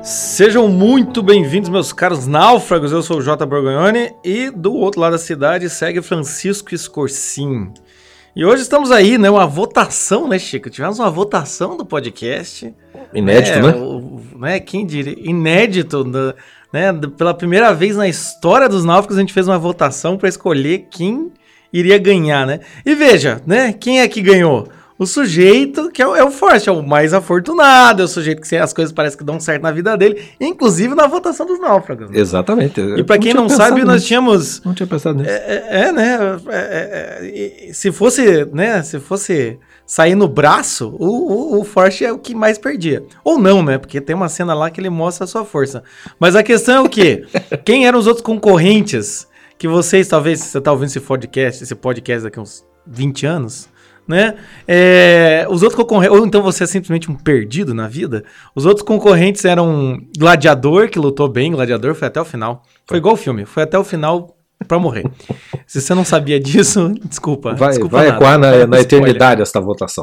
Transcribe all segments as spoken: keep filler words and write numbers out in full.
Sejam muito bem-vindos, meus caros náufragos. Eu sou o J. Borgognoni e do outro lado da cidade segue Francisco Escorcim. E hoje estamos aí, né? Uma votação, né, Chico? Tivemos uma votação do podcast. Inédito, é, né? O, né? Quem diria? Inédito, né? Pela primeira vez na história dos náufragos, a gente fez uma votação para escolher quem iria ganhar, né? E veja, né? Quem é que ganhou? O sujeito que é o, é o forte, é o mais afortunado, é o sujeito que as coisas parecem que dão certo na vida dele, inclusive na votação dos náufragos. Né? Exatamente. E pra quem não sabe, nós tínhamos... Não tinha pensado nisso. É, é, é né? É, é, se fosse, né? Se fosse sair no braço, o, o, o forte é o que mais perdia. Ou não, né? Porque tem uma cena lá que ele mostra a sua força. Mas a questão é o quê? Quem eram os outros concorrentes que vocês, talvez, você tá ouvindo esse podcast, esse podcast daqui a uns vinte anos... Né? É, os outros concorrentes, ou então você é simplesmente um perdido na vida. Os outros concorrentes eram Gladiador, que lutou bem. Gladiador foi até o final. Foi igual o filme, foi até o final pra morrer. Se você não sabia disso, desculpa. Vai, desculpa vai nada, ecoar na, na spoiler. eternidade essa votação.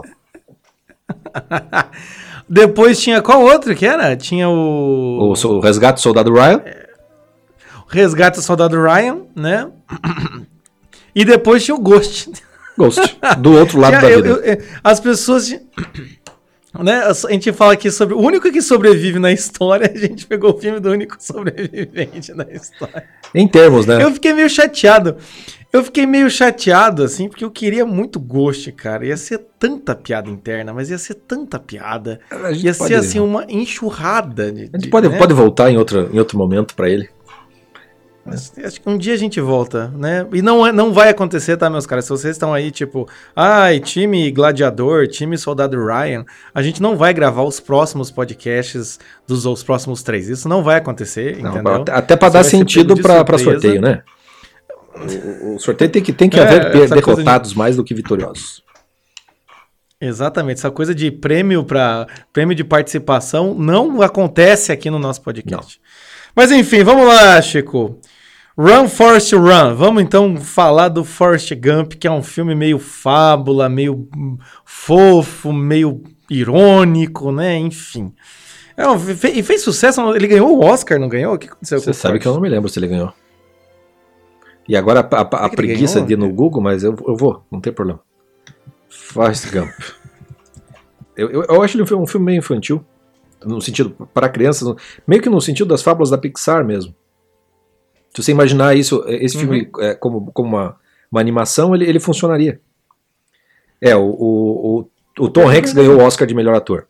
Depois tinha qual outro que era? Tinha o... O, o Resgate do Soldado Ryan. O Resgate do Soldado Ryan, né? E depois tinha o Ghost. Ghost, do outro lado da eu, vida. Eu, eu, as pessoas... Né, a gente fala aqui sobre... O único que sobrevive na história, a gente pegou o filme do único sobrevivente na história. Em termos, né? Eu fiquei meio chateado. Eu fiquei meio chateado, assim, porque eu queria muito Ghost, cara. Ia ser tanta piada interna, mas ia ser tanta piada. Ia ser, assim, uma enxurrada. De, a gente pode, né? pode voltar em outro, em outro momento pra ele. Mas acho que um dia a gente volta, né? E não, não vai acontecer, tá, meus caras? Se vocês estão aí, tipo, ai, time Gladiador, time Soldado Ryan, a gente não vai gravar os próximos podcasts dos os próximos três. Isso não vai acontecer, não, entendeu? Até pra Isso dar sentido pra, pra sorteio, né? O, o sorteio tem que, tem que é, haver derrotados de... mais do que vitoriosos. Exatamente. Essa coisa de prêmio, pra, prêmio de participação não acontece aqui no nosso podcast. Não. Mas enfim, vamos lá, Chico. Run, Forrest, Run. Vamos então falar do Forrest Gump, que é um filme meio fábula, meio fofo, meio irônico, né? Enfim. É um, e fez sucesso, ele ganhou o Oscar, não ganhou? O que aconteceu Você com o sabe Forrest? que eu não me lembro se ele ganhou. E agora a, a, a preguiça ganhou? de ir no Google, mas eu, eu vou, não tem problema. Forrest Gump. eu, eu, eu acho ele um filme meio infantil, no sentido para crianças, meio que no sentido das fábulas da Pixar mesmo. Se você imaginar isso, esse filme uhum. é, como, como uma, uma animação, ele, ele funcionaria. É, o, o, o, o Tom Hanks ganhou o Oscar de melhor ator.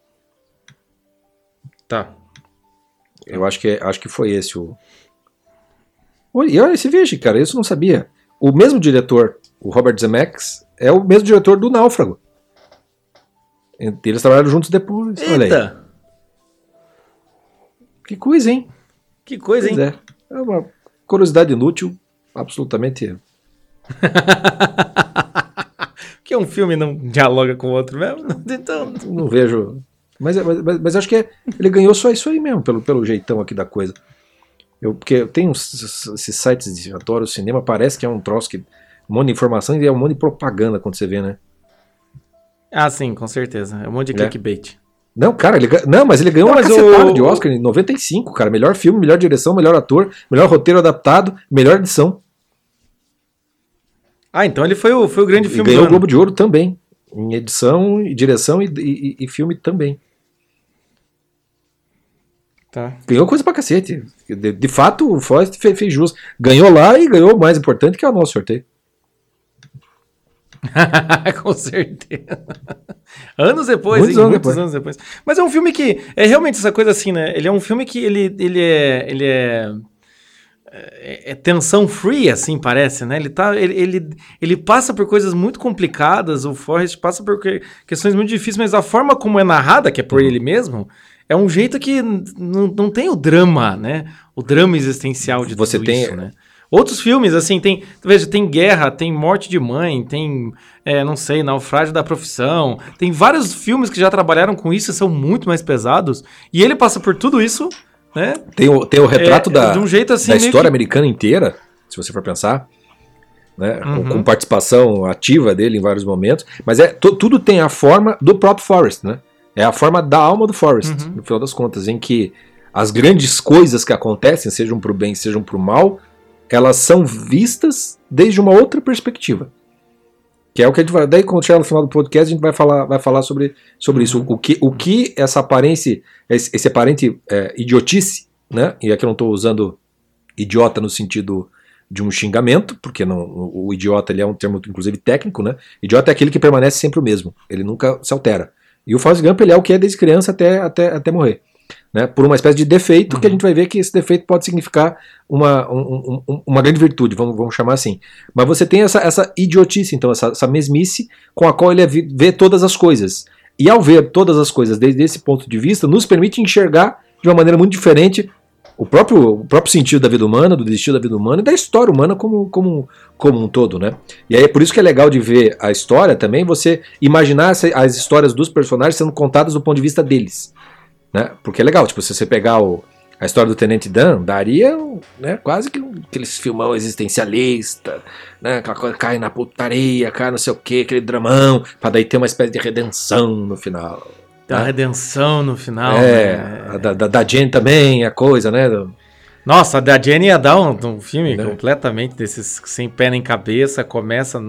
Tá. Eu acho que, acho que foi esse o... E olha, se veja, cara, isso eu não sabia. O mesmo diretor, o Robert Zemeckis, é o mesmo diretor do Náufrago. Eles trabalharam juntos depois. Eita! Olha aí. Que coisa, hein? Que coisa, pois hein? É. É uma curiosidade inútil, absolutamente. Que um filme não dialoga com o outro mesmo? Então... Não vejo. Mas, mas, mas acho que é, ele ganhou só isso aí mesmo, pelo, pelo jeitão aqui da coisa. Eu, porque tem uns, esses sites de adoro cinema, parece que é um troço que. Um monte de informação e é um monte de propaganda quando você vê, né? Ah, sim, com certeza. É um monte de é. clickbait. Não, cara, ele, não, mas ele ganhou não, uma cacetada o... de Oscar em noventa e cinco, cara. Melhor filme, melhor direção, melhor ator, melhor roteiro adaptado, melhor edição. Ah, então ele foi o, foi o grande e filme ganhou do o Globo de Ouro também. Em edição, direção e, e, e filme também. Tá. Ganhou coisa pra cacete. De, de fato, o Forrest fez, fez jus. Ganhou lá e ganhou o mais importante, que é o nosso sorteio. Com certeza. Anos depois, muitos, hein? anos, muitos depois. anos depois. Mas é um filme que é realmente essa coisa assim, né? Ele é um filme que ele, ele é ele é, é, é tensão free, assim, parece, né? Ele tá ele, ele, ele passa por coisas muito complicadas, o Forrest passa por que, questões muito difíceis, mas a forma como é narrada, que é por uhum. ele mesmo, é um jeito que não, não tem o drama, né? O drama existencial de Você tudo tem... isso, né? Outros filmes, assim, tem, veja, tem guerra, tem morte de mãe, tem, é, não sei, naufrágio da profissão. Tem vários filmes que já trabalharam com isso e são muito mais pesados. E ele passa por tudo isso, né? Tem o, tem o retrato é, da, de um jeito, assim, da história que... americana inteira, se você for pensar, né? Uhum. Com, com participação ativa dele em vários momentos. Mas é, to, tudo tem a forma do próprio Forrest, né? É a forma da alma do Forrest, uhum. no final das contas, em que as grandes coisas que acontecem, sejam para o bem, sejam para o mal, elas são vistas desde uma outra perspectiva. Que é o que a gente vai... Daí, quando chegar no final do podcast, a gente vai falar, vai falar sobre, sobre isso. O que, o que essa aparência, esse, esse aparente é, idiotice, né? E aqui eu não estou usando idiota no sentido de um xingamento, porque não, o, o idiota ele é um termo, inclusive, técnico, né? Idiota é aquele que permanece sempre o mesmo. Ele nunca se altera. E o Forrest Gump ele é o que é desde criança até, até, até morrer. Né, por uma espécie de defeito, uhum. que a gente vai ver que esse defeito pode significar uma, um, um, uma grande virtude, vamos, vamos chamar assim. Mas você tem essa, essa idiotice, então, essa, essa mesmice com a qual ele vê todas as coisas. E ao ver todas as coisas desde esse ponto de vista, nos permite enxergar de uma maneira muito diferente o próprio, o próprio sentido da vida humana, do destino da vida humana e da história humana como, como, como um todo. Né? E aí é por isso que é legal de ver a história também, você imaginar as histórias dos personagens sendo contadas do ponto de vista deles. Né? Porque é legal, tipo, se você pegar o, a história do Tenente Dan, daria, né, quase que um, aqueles filmão existencialista, né, aquela coisa, cai na putaria, cai não sei o que, aquele dramão, pra daí ter uma espécie de redenção no final. Da né? redenção no final. É, né? a da, da, da Jane também, a coisa, né? Do... Nossa, a da Jane ia dar um, um filme né? completamente desses sem pé nem cabeça, começa,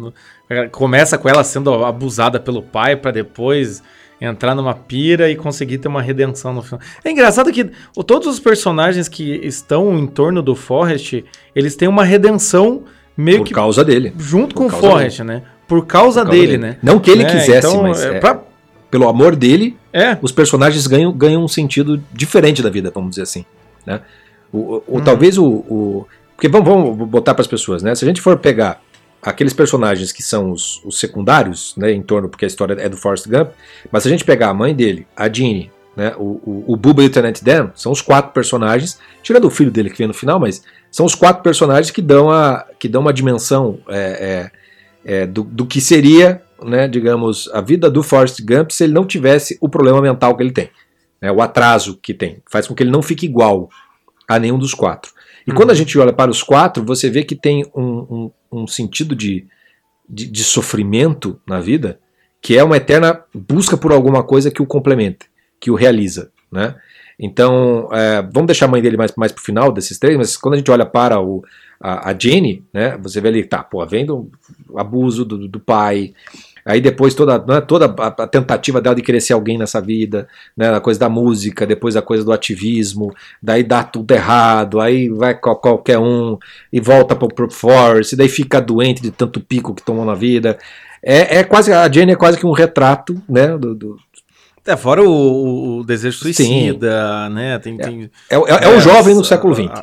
começa com ela sendo abusada pelo pai pra depois... entrar numa pira e conseguir ter uma redenção no final. É engraçado que o, todos os personagens que estão em torno do Forrest, eles têm uma redenção meio Por que... Por causa dele. Junto Por com o Forrest, dele. né? Por causa, Por causa dele, dele, né? Não que ele né? quisesse, então, mas é, é, pra... pelo amor dele, é. os personagens ganham, ganham um sentido diferente da vida, vamos dizer assim. Né? O, o, hum. Talvez o... o... Porque vamos, vamos botar para as pessoas, né? Se a gente for pegar aqueles personagens que são os, os secundários, né, em torno, porque a história é do Forrest Gump, mas se a gente pegar a mãe dele, a Jeannie, né, o, o, o Bubba e o Tenente Dan, são os quatro personagens, tirando o filho dele que vem no final, mas são os quatro personagens que dão, a, que dão uma dimensão é, é, é, do, do que seria, né, digamos, a vida do Forrest Gump se ele não tivesse o problema mental que ele tem, né, o atraso que tem, faz com que ele não fique igual a nenhum dos quatro. E uhum. quando a gente olha para os quatro, você vê que tem um, um, um sentido de, de, de sofrimento na vida, que é uma eterna busca por alguma coisa que o complemente, que o realiza. Né? Então, é, vamos deixar a mãe dele mais, mais para o final desses três, mas quando a gente olha para o, a, a Jenny, né, você vê ali, tá, pô, vendo o abuso do, do pai... Aí depois toda, né, toda a tentativa dela de querer ser alguém nessa vida, né, a coisa da música, depois a coisa do ativismo, daí dá tudo errado, aí vai qualquer um e volta pro, pro Forrest, e daí fica doente de tanto pico que tomou na vida. É, é quase, a Jenny é quase que um retrato, né, do... do... É, fora o, o desejo suicida, Sim. né, tem... tem é, é, é, é o jovem no século vinte,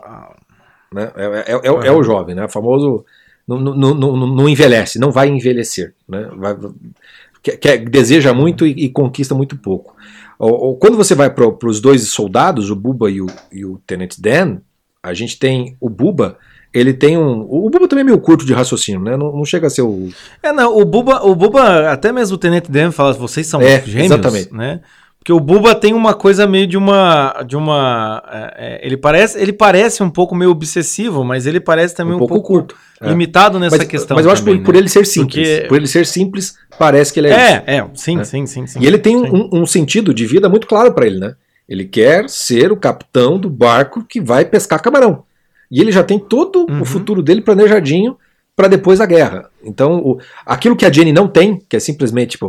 né, é, é, é, é, é o jovem, né, o famoso... Não, não, não, não envelhece, não vai envelhecer. Né? Vai, quer, quer, deseja muito e, e conquista muito pouco. Ou, ou, quando você vai para os dois soldados, o Bubba e o, e o Tenente Dan, a gente tem o Bubba, ele tem um... O Bubba também é meio curto de raciocínio, né? Não, não chega a ser o... É, não, o Bubba, o Bubba até mesmo o Tenente Dan fala, vocês são é, gêmeos, exatamente. Né? Porque o Bubba tem uma coisa meio de uma... De uma é, ele, parece, ele parece um pouco meio obsessivo, mas ele parece também um, um pouco, pouco curto. Limitado nessa mas, questão. Mas eu acho também, que por, né? por ele ser simples. Porque... Por ele ser simples, parece que ele é. É, isso, é, sim, né? sim, sim, sim. E ele tem sim. Um, um sentido de vida muito claro para ele, né? Ele quer ser o capitão do barco que vai pescar camarão. E ele já tem todo uhum. o futuro dele planejadinho para depois da guerra. Então, o, aquilo que a Jenny não tem, que é simplesmente, tipo,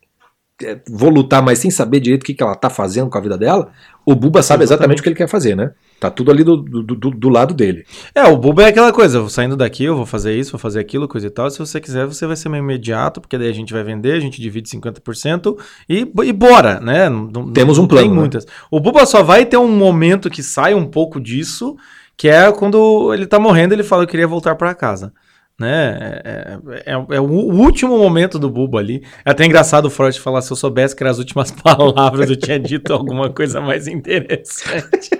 vou lutar, mas sem saber direito o que, que ela tá fazendo com a vida dela, o Bubba sabe exatamente, exatamente o que ele quer fazer, né? Tá tudo ali do, do, do, do lado dele. É, o Bubba é aquela coisa, eu vou saindo daqui, eu vou fazer isso, vou fazer aquilo, coisa e tal. Se você quiser, você vai ser meio imediato, porque daí a gente vai vender, a gente divide cinquenta por cento e, e bora, né? Não, Temos um não plano, tem né? muitas. O Bubba só vai ter um momento que sai um pouco disso, que é quando ele tá morrendo, ele fala, eu queria voltar para casa. Né? É, é, é, é o último momento do Bubba ali. É até engraçado o Forrest falar, se eu soubesse que eram as últimas palavras, eu tinha dito alguma coisa mais interessante.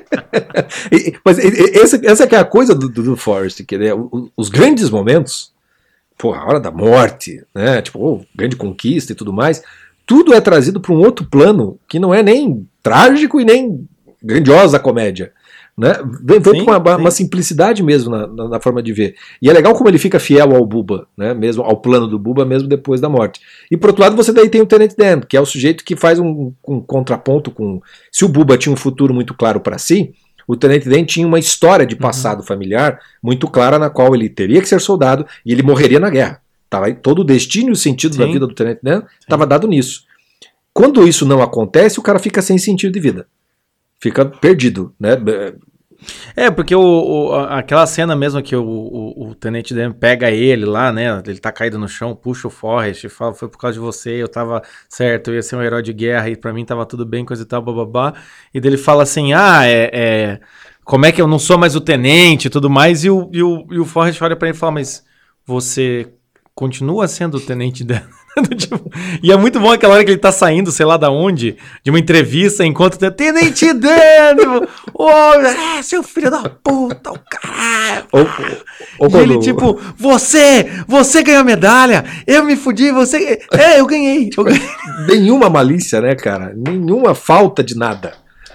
e, mas essa, essa que é a coisa do, do, do Forrest, que né, os grandes momentos, porra, a hora da morte, né, tipo, oh, grande conquista e tudo mais, tudo é trazido para um outro plano que não é nem trágico e nem grandiosa comédia. Né? Vem, vem com uma, uma simplicidade mesmo na, na, na forma de ver. E é legal como ele fica fiel ao Bubba, né? Mesmo ao plano do Bubba, mesmo depois da morte. E por outro lado, você daí tem o Tenente Dan, que é o sujeito que faz um, um contraponto com... Se o Bubba tinha um futuro muito claro para si, o Tenente Dan tinha uma história de passado uhum. familiar muito clara, na qual ele teria que ser soldado e ele morreria na guerra. Tava, todo o destino e o sentido Sim. da vida do Tenente Dan estava dado nisso. Quando isso não acontece, o cara fica sem sentido de vida. Fica perdido, né? É, porque o, o, aquela cena mesmo que o, o, o Tenente Dan pega ele lá, né? Ele tá caído no chão, puxa o Forrest e fala, foi por causa de você, eu tava certo, eu ia ser um herói de guerra e pra mim tava tudo bem, coisa e tal, bababá. E dele fala assim, ah, é, é... como é que eu não sou mais o Tenente e tudo mais? E o, e o, e o Forrest olha pra ele e fala, mas você continua sendo o Tenente Dan? Tipo, e é muito bom aquela hora que ele tá saindo, sei lá da onde, de uma entrevista, enquanto tem Tenente Dan, oh, é, seu filho da puta, o caralho. Ou, ou, e ele tipo, você, você ganhou a medalha, eu me fudi, você, é, eu ganhei, eu ganhei. Nenhuma malícia, né, cara? Nenhuma falta de nada.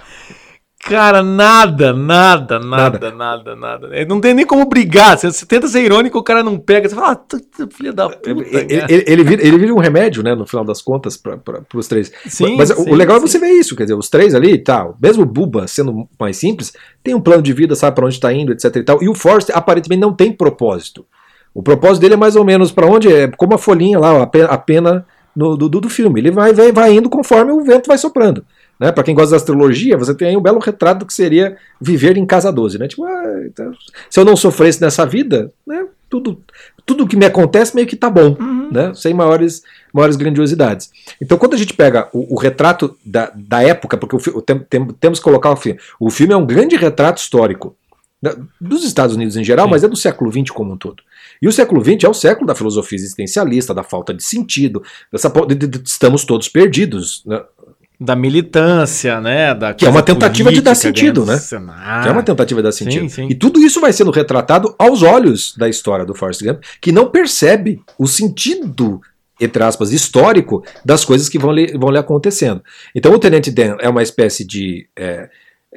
Cara, nada, nada, nada, nada, nada, nada. Não tem nem como brigar. Você, você tenta ser irônico, o cara não pega. Você fala, ah, tu, tu, filho da puta. Ele, ele, ele, vira, ele vira um remédio, né, no final das contas, para os três. Sim, Mas sim, o legal sim. é você ver isso, quer dizer, os três ali e tal. Mesmo o Bubba sendo mais simples, tem um plano de vida, sabe para onde está indo, etc e tal. E o Forrest aparentemente não tem propósito. O propósito dele é mais ou menos para onde é, como a folhinha lá, a pena, a pena no, do, do filme. Ele vai, vai, vai indo conforme o vento vai soprando. Né? Para quem gosta da astrologia, você tem aí um belo retrato do que seria viver em casa doze. Né? Tipo, ah, então, se eu não sofresse nessa vida, né, tudo, tudo que me acontece meio que tá bom, uhum. né? Sem maiores, maiores grandiosidades. Então, quando a gente pega o, o retrato da, da época, porque o, o, tem, tem, temos que colocar o filme. O filme é um grande retrato histórico dos Estados Unidos em geral, Sim. mas é do século vinte como um todo. E o século vinte é o século da filosofia existencialista, da falta de sentido, dessa, de, de, de, estamos todos perdidos, né? Da militância, né? Da que é uma tentativa de dar sentido, né? Que é uma tentativa de dar sentido. Sim, sim. E tudo isso vai sendo retratado aos olhos da história do Forrest Gump, que não percebe o sentido, entre aspas, histórico das coisas que vão lhe, vão lhe acontecendo. Então o Tenente Dan é uma espécie de é,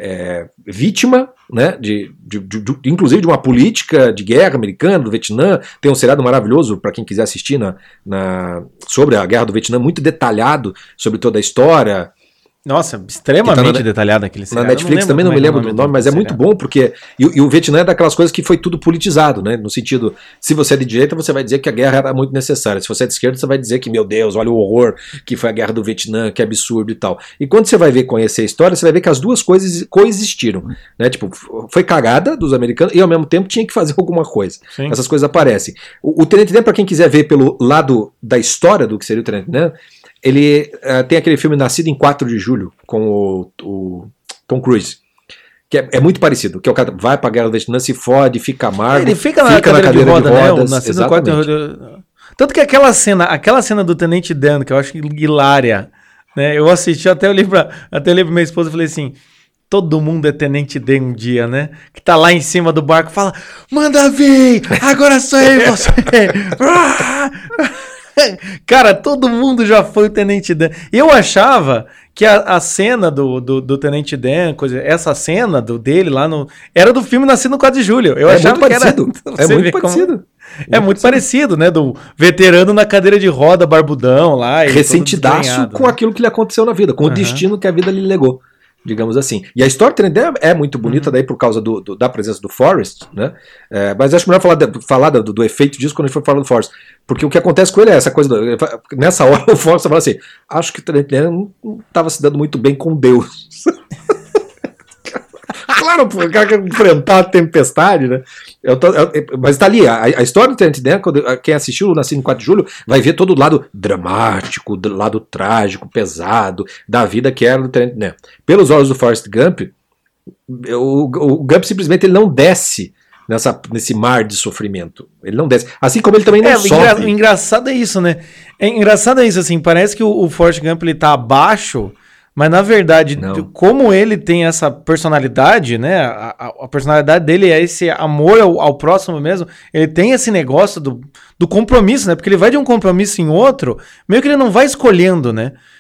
é, vítima, né? De, de, de, de, inclusive de uma política de guerra americana, do Vietnã. Tem um seriado maravilhoso para quem quiser assistir na, na, sobre a guerra do Vietnã, muito detalhado sobre toda a história. Nossa, extremamente tá na, detalhado aquele seriado. Na Netflix não também não me lembro do nome, mas é muito bom porque... E, e o Vietnã é daquelas coisas que foi tudo politizado, né? No sentido, se você é de direita, você vai dizer que a guerra era muito necessária. Se você é de esquerda, você vai dizer que, meu Deus, olha o horror que foi a guerra do Vietnã, que absurdo e tal. E quando você vai ver, conhecer a história, você vai ver que as duas coisas coexistiram, né? Tipo, foi cagada dos americanos e ao mesmo tempo tinha que fazer alguma coisa. Sim. Essas coisas aparecem. O, o Tenente Dan, para quem quiser ver pelo lado da história do que seria o Tenente Dan, ele uh, tem aquele filme Nascido em quatro de julho com o, o Tom Cruise, que é, é muito parecido, que é o cara vai pra guerra do Vietnã, se fode, fica amargo, ele fica na, fica cadeira, na cadeira de, roda, de rodas, né? O Nascido em quatro de julho. Tanto que aquela cena, aquela cena do Tenente Dan, que eu acho hilária, né? Eu assisti, até eu li pra, até eu li pra minha esposa e falei assim, todo mundo é Tenente Dan um dia, né? Que tá lá em cima do barco, fala, manda vir, agora sou eu e você. Cara, todo mundo já foi o Tenente Dan. Eu achava que a, a cena do, do, do Tenente Dan, coisa, essa cena do, dele lá no... Era do filme Nascido no quatro de julho. Eu é achava muito que parecido. Era, é muito parecido. Como... É muito parecido, né? Do veterano na cadeira de roda, barbudão lá. Ressentidaço com né? aquilo que lhe aconteceu na vida, com uhum. o destino que a vida lhe legou. Digamos assim. E a história do Tenente Dan é muito bonita, uhum. daí por causa do, do, da presença do Forrest, né? É, mas acho melhor falar, de, falar do, do efeito disso quando a gente for falar do Forrest. Porque o que acontece com ele é essa coisa. Do, nessa hora o Forrest fala assim: acho que o Tenente Dan não estava se dando muito bem com Deus. Claro, o cara quer enfrentar a tempestade, né? Eu tô, eu, mas tá ali, a, a história do Tenente Dan, quem assistiu o Nascido em quatro de julho, vai ver todo o lado dramático, do lado trágico, pesado, da vida que era do Tenente Dan. Pelos olhos do Forrest Gump, o, o Gump simplesmente ele não desce nessa, nesse mar de sofrimento. Ele não desce. Assim como ele também não é, sofre. Engra, engraçado é isso, né? É engraçado é isso, assim, parece que o, o Forrest Gump ele tá abaixo. Mas, na verdade, não. como ele tem essa personalidade, né? A, a, a personalidade dele é esse amor ao, ao próximo mesmo. Ele tem esse negócio do, do compromisso, né? Porque ele vai de um compromisso em outro, meio que ele não vai escolhendo, né?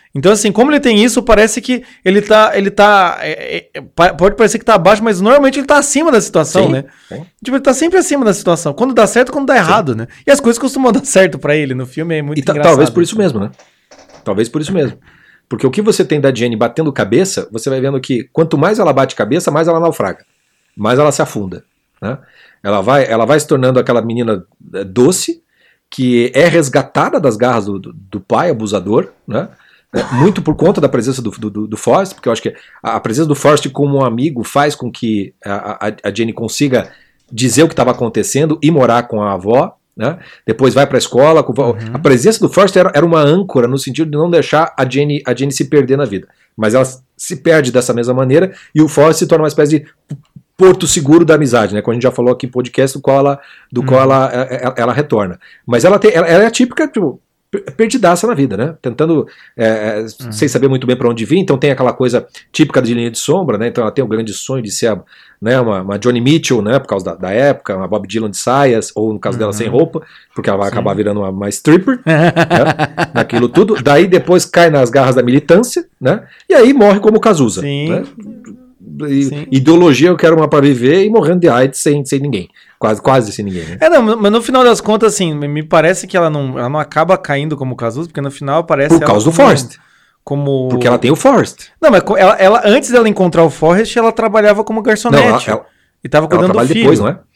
Então, assim, como ele tem isso, parece que ele tá. Ele tá é, é, pode parecer que tá abaixo, mas normalmente ele tá acima da situação, sim, né? Sim. Tipo, ele tá sempre acima da situação. Quando dá certo, quando dá errado, sim, né? E as coisas costumam dar certo pra ele no filme, é muito e engraçado. Talvez por isso mesmo, né? Talvez por isso mesmo. Porque o que você tem da Jenny batendo cabeça, você vai vendo que quanto mais ela bate cabeça, mais ela naufraga. Mais ela se afunda, né? Ela vai, ela vai se tornando aquela menina doce, que é resgatada das garras do, do, do pai abusador, né? É, muito por conta da presença do, do, do Forrest, porque eu acho que a, a presença do Forrest como um amigo faz com que a, a, a Jenny consiga dizer o que estava acontecendo e morar com a avó, né? Depois vai para a escola. Com, uhum. A presença do Forrest era, era uma âncora no sentido de não deixar a Jenny, a Jenny se perder na vida. Mas ela se perde dessa mesma maneira e o Forrest se torna uma espécie de porto seguro da amizade, né? Como a gente já falou aqui em podcast, do qual ela, do uhum. qual ela, ela, ela retorna. Mas ela, tem, ela, ela é a típica, tipo, perdidaça na vida, né? Tentando, é, uhum. sem saber muito bem para onde vir, então tem aquela coisa típica de Linha de Sombra, né? Então ela tem o grande sonho de ser, né, uma, uma Joni Mitchell, né? Por causa da, da época, uma Bob Dylan de saias, ou no caso uhum. dela sem roupa, porque ela vai Sim. acabar virando uma, uma stripper, né? Naquilo tudo. Daí depois cai nas garras da militância, né? E aí morre como Cazuza, Sim. né? E, ideologia, eu quero uma pra viver e morrendo de AIDS sem, sem ninguém. Quase, quase sem ninguém, né? É, não, mas no final das contas, assim, me parece que ela não, ela não acaba caindo como Cazuza, porque no final aparece. Por causa do Forrest. Como... Porque ela tem o Forrest. Não, mas ela, ela, antes dela encontrar o Forrest, ela trabalhava como garçonete. Não, ela, ela, e tava cuidando do filho. Depois, não é?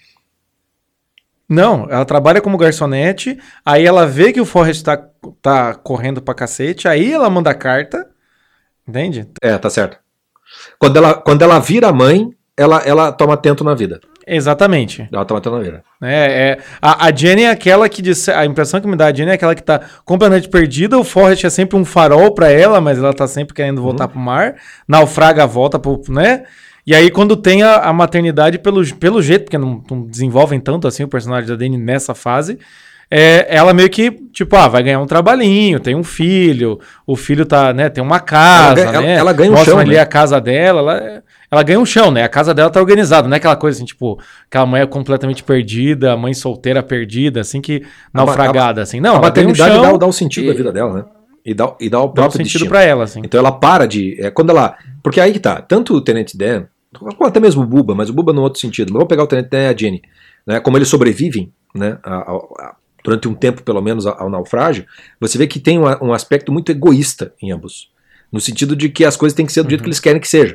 Não, ela trabalha como garçonete, aí ela vê que o Forrest tá, tá correndo pra cacete, aí ela manda carta, entende? É, tá certo. Quando ela, quando ela vira mãe, ela, ela toma atento na vida. Exatamente. Ela toma atento na vida. É, é, a, a Jenny é aquela que... Diz, a impressão que me dá a Jenny é aquela que tá completamente perdida. O Forrest é sempre um farol pra ela, mas ela tá sempre querendo voltar uhum. pro mar. Naufraga, volta pro... né? E aí quando tem a, a maternidade, pelo, pelo jeito, porque não, não desenvolvem tanto assim o personagem da Jenny nessa fase... É, ela meio que, tipo, ah, vai ganhar um trabalhinho, tem um filho, o filho tá, né, tem uma casa, ela, né? Ela, ela ganha um Mostra chão, ali né? a casa dela, ela, ela ganha um chão, né? A casa dela tá organizada, não é aquela coisa assim, tipo, aquela mãe completamente perdida, mãe solteira perdida, assim, que naufragada, assim. Não, a maternidade um dá, dá o sentido e, da vida dela, né? E dá, e dá o próprio dá um sentido destino. Pra ela, assim. Então ela para de... É, quando ela... Porque aí que tá, tanto o Tenente Dan, até mesmo o Bubba, mas o Bubba no outro sentido, mas vou pegar o Tenente Dan e a Jenny, né? Como eles sobrevivem, né? A, a, a, durante um tempo, pelo menos, ao naufrágio, você vê que tem um, um aspecto muito egoísta em ambos. No sentido de que as coisas têm que ser do uhum. jeito que eles querem que seja.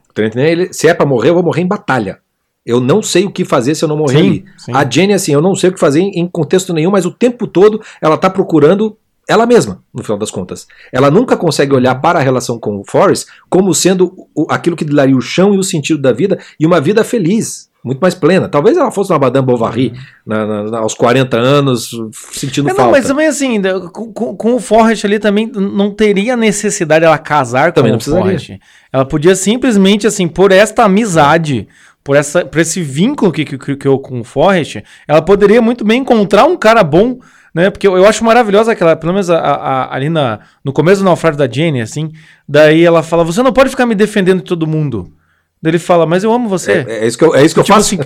Ele, se é pra morrer, eu vou morrer em batalha. Eu não sei o que fazer se eu não morrer sim, ali. Sim. A Jenny, assim, eu não sei o que fazer em, em contexto nenhum, mas o tempo todo ela tá procurando ela mesma, no final das contas. Ela nunca consegue olhar para a relação com o Forrest como sendo o, aquilo que lhe daria o chão e o sentido da vida e uma vida feliz. Muito mais plena. Talvez ela fosse uma Madame Bovary uhum. na, na, aos quarenta anos, sentindo é, não, falta. Mas também assim, com, com, com o Forrest ali também não teria necessidade dela casar também com o Forrest. Ela podia simplesmente, assim, por esta amizade, por, essa, por esse vínculo que criou com o Forrest, ela poderia muito bem encontrar um cara bom, né? Porque eu, eu acho maravilhosa aquela, pelo menos a, a, ali na, no começo do naufrágio da Jenny, assim, daí ela fala, você não pode ficar me defendendo de todo mundo. Ele fala, mas eu amo você. É, é isso que eu, é isso que eu tipo faço. Assim,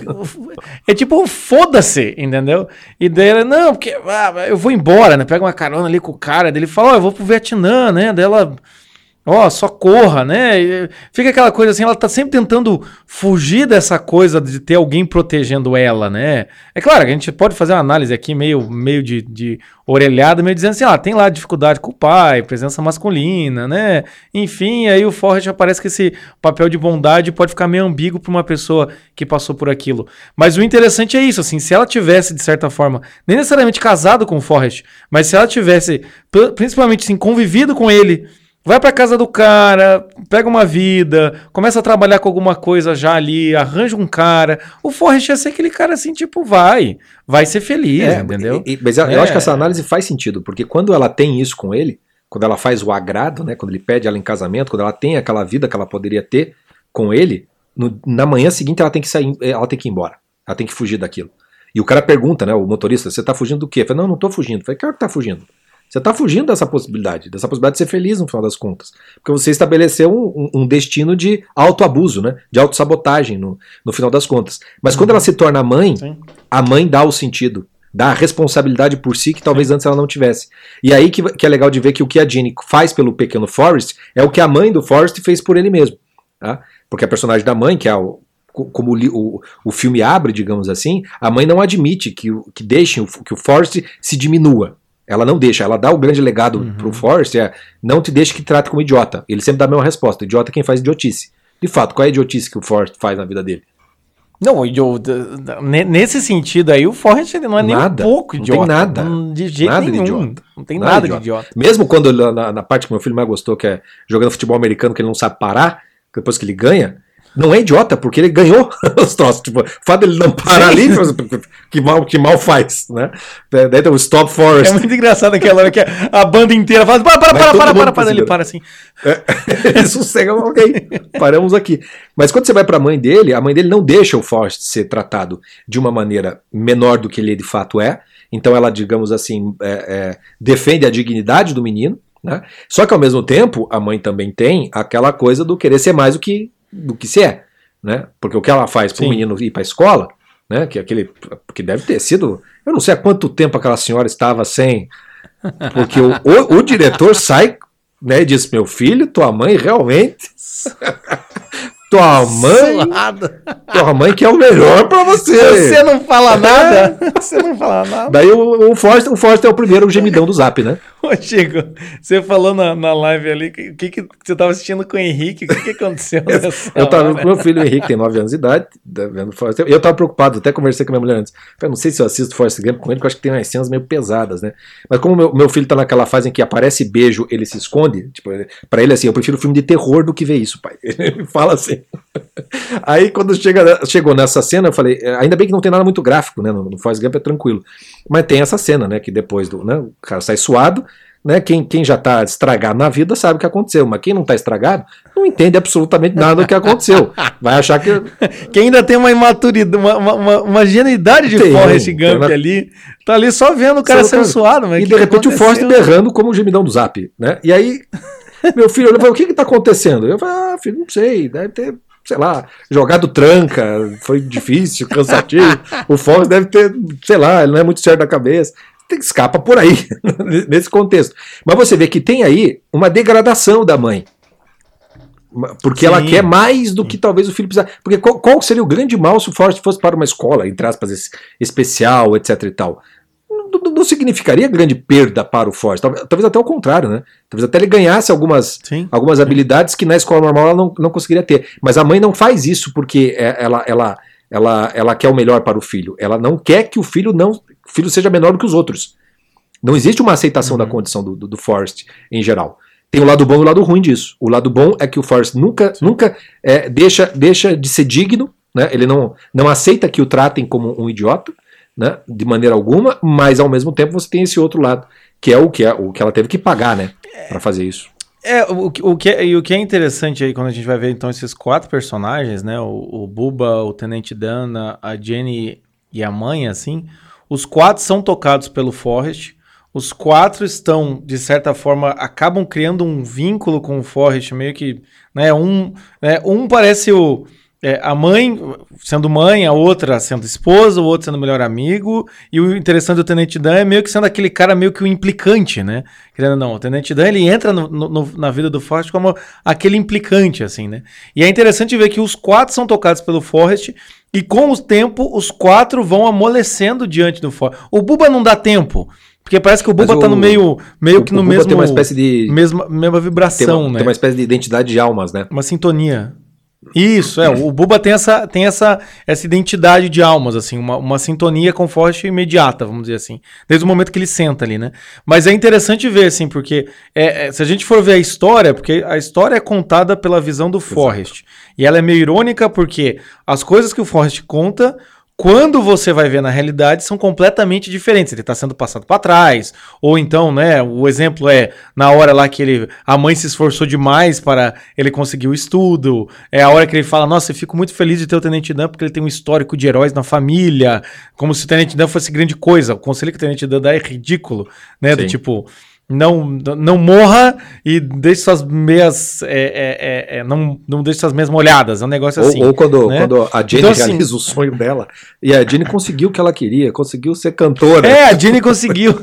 é tipo, foda-se, entendeu? E daí ela, não, porque ah, eu vou embora, né? Pega uma carona ali com o cara. Daí ele fala, ó, oh, eu vou pro Vietnã, né? Daí ela, ó, oh, só corra, né? E fica aquela coisa assim, ela tá sempre tentando fugir dessa coisa de ter alguém protegendo ela, né? É claro que a gente pode fazer uma análise aqui meio, meio de, de orelhada, meio dizendo assim, ah, tem lá dificuldade com o pai, presença masculina, né? Enfim, aí o Forrest aparece que esse papel de bondade pode ficar meio ambíguo para uma pessoa que passou por aquilo. Mas o interessante é isso, assim, se ela tivesse, de certa forma, nem necessariamente casado com o Forrest, mas se ela tivesse, principalmente assim, convivido com ele, vai pra casa do cara, pega uma vida, começa a trabalhar com alguma coisa já ali, arranja um cara. O Forrest ia ser aquele cara assim, tipo, vai, vai ser feliz, é, entendeu? E, e, mas eu, é. eu acho que essa análise faz sentido, porque quando ela tem isso com ele, quando ela faz o agrado, né, quando ele pede ela em casamento, quando ela tem aquela vida que ela poderia ter com ele, no, na manhã seguinte ela tem que sair, ela tem que ir embora, ela tem que fugir daquilo. E o cara pergunta, né, o motorista, você tá fugindo do quê? Eu falei, não, não tô fugindo. Eu falei, claro que tá fugindo. Você está fugindo dessa possibilidade, dessa possibilidade de ser feliz no final das contas. Porque você estabeleceu um, um destino de autoabuso, né? De autossabotagem no, no final das contas. Mas uhum. quando ela se torna mãe, Sim. a mãe dá o sentido Dá a responsabilidade por si que talvez antes ela não tivesse. E aí que, que é legal de ver que o que a Ginny faz pelo pequeno Forrest é o que a mãe do Forrest fez por ele mesmo. Tá? Porque a personagem da mãe, que é o, como o, o, o filme abre, digamos assim, a mãe não admite que, que deixem que o Forrest se diminua. Ela não deixa, ela dá o grande legado uhum. pro Forrest, é não te deixe que trate como idiota. Ele sempre dá a mesma resposta, idiota é quem faz idiotice. De fato, qual é a idiotice que o Forrest faz na vida dele? Não, eu, nesse sentido aí, o Forrest não é nada, nem um pouco idiota. Não tem nada. De jeito nada nenhum. De idiota. Não tem nada, nada de idiota. de idiota. Mesmo quando, na, na parte que meu filho mais gostou, que é jogando futebol americano, que ele não sabe parar, depois que ele ganha, não é idiota, porque ele ganhou os troços. Tipo, o fato dele não parar ali, que mal, que mal faz, né? Daí tem o Stop Forrest. É muito engraçado aquela hora que a banda inteira fala, para, para, para, para, para, para, ele para assim. É, ele sossega, ok, paramos aqui. Mas quando você vai pra mãe dele, a mãe dele não deixa o Forrest ser tratado de uma maneira menor do que ele de fato é. Então ela, digamos assim, é, é, defende a dignidade do menino, né? Só que ao mesmo tempo, a mãe também tem aquela coisa do querer ser mais do que do que se é, né? Porque o que ela faz para o menino ir para a escola, né? Que aquele que deve ter sido, eu não sei há quanto tempo aquela senhora estava sem, porque o, o, o diretor sai, né? E diz: meu filho, tua mãe realmente, tua mãe, Suada. tua mãe que é o melhor para você. Você não fala nada. Você não fala nada. Daí o, o Forrest, o Forrest é o primeiro gemidão do Zap, né? Ô, Chico, você falou na, na live ali que, que, que você estava assistindo com o Henrique, o que, que aconteceu nessa Eu estava hora? com meu filho Henrique, tem nove anos de idade, vendo Forrest. Eu estava preocupado, até conversei com a minha mulher antes. Eu não sei se eu assisto Forrest Gump com ele, porque eu acho que tem umas cenas meio pesadas, né? Mas como meu, meu filho está naquela fase em que aparece beijo, ele se esconde, tipo, para ele assim, eu prefiro filme de terror do que ver isso, pai. Ele fala assim. Aí quando chega, chegou nessa cena, eu falei, ainda bem que não tem nada muito gráfico, né? No, no Forrest Gump é tranquilo. Mas tem essa cena, né? Que depois do, né, o cara sai suado, né? Quem, quem já tá estragado na vida sabe o que aconteceu, mas quem não tá estragado não entende absolutamente nada do que aconteceu. Vai achar que... Quem ainda tem uma imaturidade, uma, uma, uma genuidade de tem, Forrest Gump na... ali, tá ali só vendo o cara sendo suado. Mas e de repente aconteceu? O Forrest berrando como o gemidão do Zap, né? E aí meu filho olhou e falou, o que que tá acontecendo? Eu falei, ah, filho, não sei, deve ter... sei lá, jogado tranca, foi difícil, cansativo. O Forrest deve ter, sei lá, ele não é muito certo da cabeça. Tem que escapa por aí, nesse contexto. Mas você vê que tem aí uma degradação da mãe. Porque Sim. ela quer mais do que talvez o filho precisa. Porque qual, qual seria o grande mal se o Forrest fosse para uma escola, entre aspas, especial, etc e tal? Não, não significaria grande perda para o Forrest. Talvez, talvez até o contrário, né? Talvez até ele ganhasse algumas, algumas habilidades que na escola normal ela não, não conseguiria ter. Mas a mãe não faz isso porque ela, ela, ela, ela quer o melhor para o filho. Ela não quer que o filho, não, o filho seja menor do que os outros. Não existe uma aceitação uhum. da condição do, do, do Forrest em geral. Tem o lado bom e o lado ruim disso. O lado bom é que o Forrest nunca, nunca é, deixa, deixa de ser digno, né? Ele não, não aceita que o tratem como um idiota, né? De maneira alguma, mas ao mesmo tempo você tem esse outro lado, que é o que, é, o que ela teve que pagar, né? Para fazer isso. É, o, o, que é, e o que é interessante aí quando a gente vai ver então esses quatro personagens, né? O, o Bubba, o Tenente Dan, a Jenny e a mãe, assim, os quatro são tocados pelo Forrest. Os quatro estão, de certa forma, acabam criando um vínculo com o Forrest, meio que, né, um, né, um parece o, é, a mãe sendo mãe, a outra sendo esposa, o outro sendo melhor amigo, e o interessante do Tenente Dan é meio que sendo aquele cara meio que o implicante, né, querendo ou não, o Tenente Dan, ele entra no, no, na vida do Forrest como aquele implicante, assim, né, e é interessante ver que os quatro são tocados pelo Forrest, e com o tempo, os quatro vão amolecendo diante do Forrest. O Bubba não dá tempo, porque parece que o Bubba o, tá no meio, meio o, que no mesmo... tem uma espécie de... Mesma, mesma vibração, tem uma, né? Tem uma espécie de identidade de almas, né? Uma sintonia. Isso, é. O Bubba tem essa, tem essa, essa identidade de almas, assim, uma, uma sintonia com o Forrest imediata, vamos dizer assim. Desde o momento que ele senta ali, né? Mas é interessante ver, assim, porque é, é, se a gente for ver a história, porque a história é contada pela visão do Forrest. Exato. E ela é meio irônica porque as coisas que o Forrest conta... Quando você vai ver na realidade, são completamente diferentes. Ele está sendo passado para trás. Ou então, né, o exemplo é na hora lá que ele, a mãe se esforçou demais para ele conseguir o estudo. É a hora que ele fala, nossa, eu fico muito feliz de ter o Tenente Dan porque ele tem um histórico de heróis na família. Como se o Tenente Dan fosse grande coisa. O conselho que o Tenente Dan dá é ridículo, né? Do tipo... Não, não morra e deixe suas meias. É, é, é, é, não, não deixe suas meias molhadas. É um negócio assim. Ou, ou quando, né? quando a Jenny então, realiza assim, o sonho dela. E a Jenny conseguiu o que ela queria, conseguiu ser cantora. É, a Jenny conseguiu.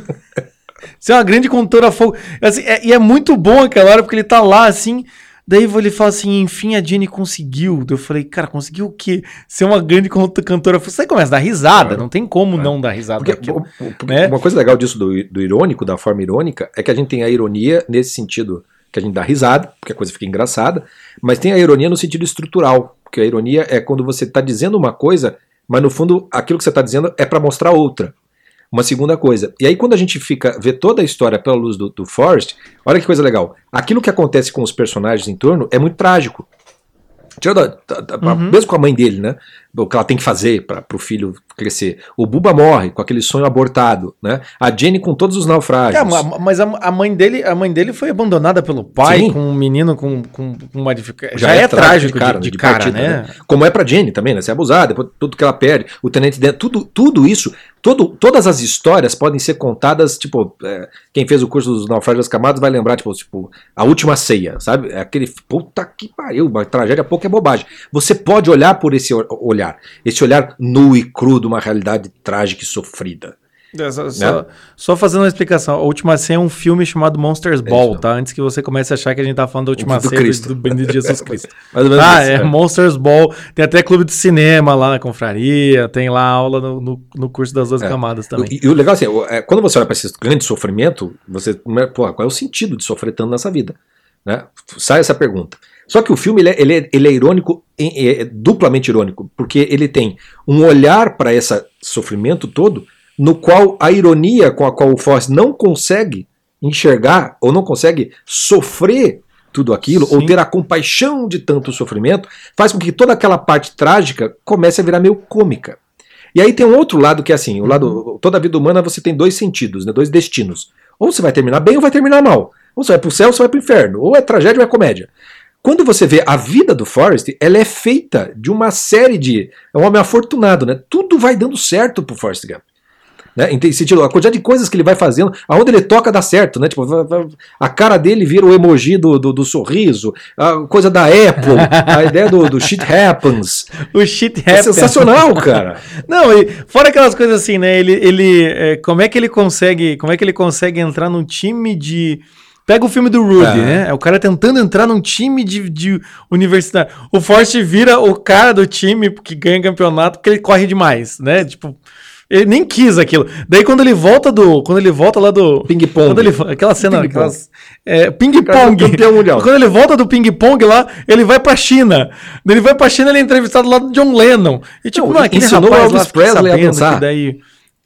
Ser uma grande cantora fogo. Assim, é, e é muito bom aquela hora, porque ele tá lá assim. Daí ele fala assim, enfim, a Jenny conseguiu. Eu falei, cara, conseguiu o quê? Ser uma grande cantora. Você começa a dar risada, claro. Não tem como é. não dar risada. Porque, porque né? Uma coisa legal disso do, do irônico, da forma irônica, é que a gente tem a ironia nesse sentido que a gente dá risada, porque a coisa fica engraçada, mas tem a ironia no sentido estrutural, porque a ironia é quando você está dizendo uma coisa, mas no fundo aquilo que você está dizendo é para mostrar outra. Uma segunda coisa. E aí quando a gente fica vê toda a história pela luz do, do Forrest, olha que coisa legal. Aquilo que acontece com os personagens em torno é muito trágico. Tirando a, a, a, uhum. Mesmo com a mãe dele, né? O que ela tem que fazer para o filho crescer. O Bubba morre com aquele sonho abortado, né? A Jenny com todos os naufrágios. É, mas a, a mãe dele, a mãe dele foi abandonada pelo pai. Sim. Com um menino com, com uma dificuldade. Já, Já é, é trágico de cara, de, de, de cara partida, né? né? Como é pra Jenny também, né? Ser abusada, depois tudo que ela perde, o tenente dentro, tudo, tudo isso, todo, todas as histórias podem ser contadas, tipo, é, quem fez o curso dos naufrágios das camadas vai lembrar, tipo, tipo, a última ceia, sabe? É aquele, puta que pariu, uma tragédia pouco é bobagem. Você pode olhar por esse olhar, esse olhar nu e cru de uma realidade trágica e sofrida. É, só, né? só, só fazendo uma explicação, a Última Ceia é um filme chamado Monsters Ball, é tá? Antes que você comece a achar que a gente tá falando da Última do Ceia do, do bendito Jesus Cristo. Ah, isso, é, é Monsters Ball, tem até clube de cinema lá na confraria, tem lá aula no, no, no curso das duas é. camadas também. E, e o legal assim, é, quando você olha para esse grande sofrimento, você, pô, qual é o sentido de sofrer tanto nessa vida? Né? Sai essa pergunta. Só que o filme ele é, ele é, ele é irônico, é, é duplamente irônico, porque ele tem um olhar para esse sofrimento todo, no qual a ironia com a qual o Forrest não consegue enxergar, ou não consegue sofrer tudo aquilo, Sim. ou ter a compaixão de tanto sofrimento, faz com que toda aquela parte trágica comece a virar meio cômica. E aí tem um outro lado que é assim, o lado, toda a vida humana você tem dois sentidos, né, dois destinos. Ou você vai terminar bem ou vai terminar mal. Ou você vai pro céu ou você vai pro inferno. Ou é tragédia ou é comédia. Quando você vê a vida do Forrest, ela é feita de uma série de... É um homem afortunado, né? Tudo vai dando certo pro Forrest Gump. Né? Em sentido, a quantidade de coisas que ele vai fazendo, aonde ele toca dá certo, né? Tipo, a cara dele vira o emoji do, do, do sorriso, a coisa da Apple, a ideia do, do shit happens. O shit happens. É sensacional, cara. Não, e fora aquelas coisas assim, né? Ele, ele, é, como é que ele consegue, como é que ele consegue entrar num time de... Pega o filme do Rudy, é. né? É o cara tentando entrar num time de, de universidade. O Forrest vira o cara do time que ganha campeonato porque ele corre demais, né? Tipo, ele nem quis aquilo. Daí quando ele volta do... Quando ele volta lá do... Ping-pong. Aquela cena... Ping aquelas, é, ping-pong. Quando ele volta do ping-pong lá, ele vai pra China. Daí ele vai pra China, ele é entrevistado lá do John Lennon. E tipo, não, aquele ensinou rapaz lá, Presley a dançar. Daí...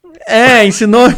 É, ensinou...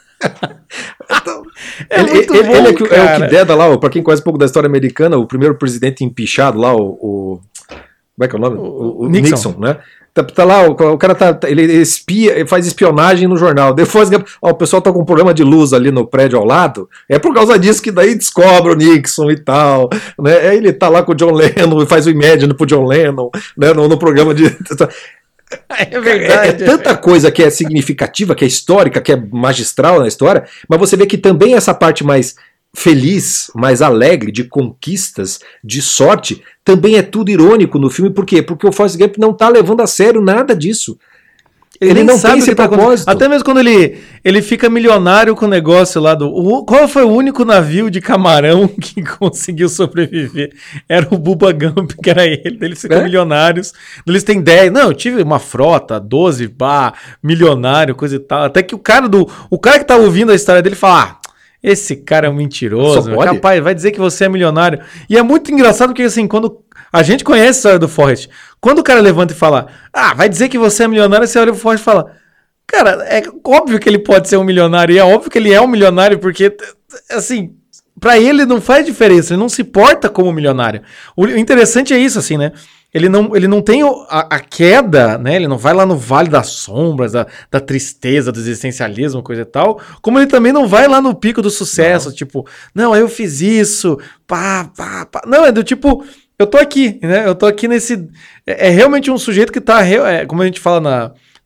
É ele, ele, bom, ele é, que, é o que deda lá, pra quem conhece um pouco da história americana, o primeiro presidente empichado lá, o, o como é que é o nome? O, o Nixon. Nixon, né? Tá, tá lá, o, o cara tá, ele espia, ele faz espionagem no jornal. Depois, ó, o pessoal tá com um problema de luz ali no prédio ao lado. É por causa disso que daí descobre o Nixon e tal, né? Aí ele tá lá com o John Lennon, faz o Imagine pro John Lennon, né? No, no programa de... É verdade. É, é tanta coisa que é significativa, que é histórica, que é magistral na história, mas você vê que também essa parte mais feliz, mais alegre, de conquistas, de sorte, também é tudo irônico no filme. Por quê? Porque o Forrest Gump não tá levando a sério nada disso. Ele, ele não sabe tem esse tá propósito. Até mesmo quando ele, ele fica milionário com o negócio lá do... O, qual foi o único navio de camarão que conseguiu sobreviver? Era o Bubba Gump, que era ele. Eles ficam é? milionários. Eles têm dez... Não, eu tive uma frota, doze, pá, milionário, coisa e tal. Até que o cara, do, o cara que tá ouvindo a história dele fala... Ah, esse cara é um mentiroso. Capaz, vai dizer que você é milionário. E é muito engraçado porque, assim, quando... A gente conhece a história do Forrest. Quando o cara levanta e fala, ah, vai dizer que você é milionário, você olha pro Forrest e fala, cara, é óbvio que ele pode ser um milionário, e é óbvio que ele é um milionário, porque, assim, pra ele não faz diferença, ele não se porta como milionário. O interessante é isso, assim, né? Ele não, ele não tem a, a queda, né? Ele não vai lá no vale das sombras, da, da tristeza, do existencialismo, coisa e tal, como ele também não vai lá no pico do sucesso, não. Tipo, não, eu fiz isso, pá, pá, pá. Não, é do tipo... Eu tô aqui, né? Eu tô aqui nesse... É, é realmente um sujeito que tá... É, como a gente fala na,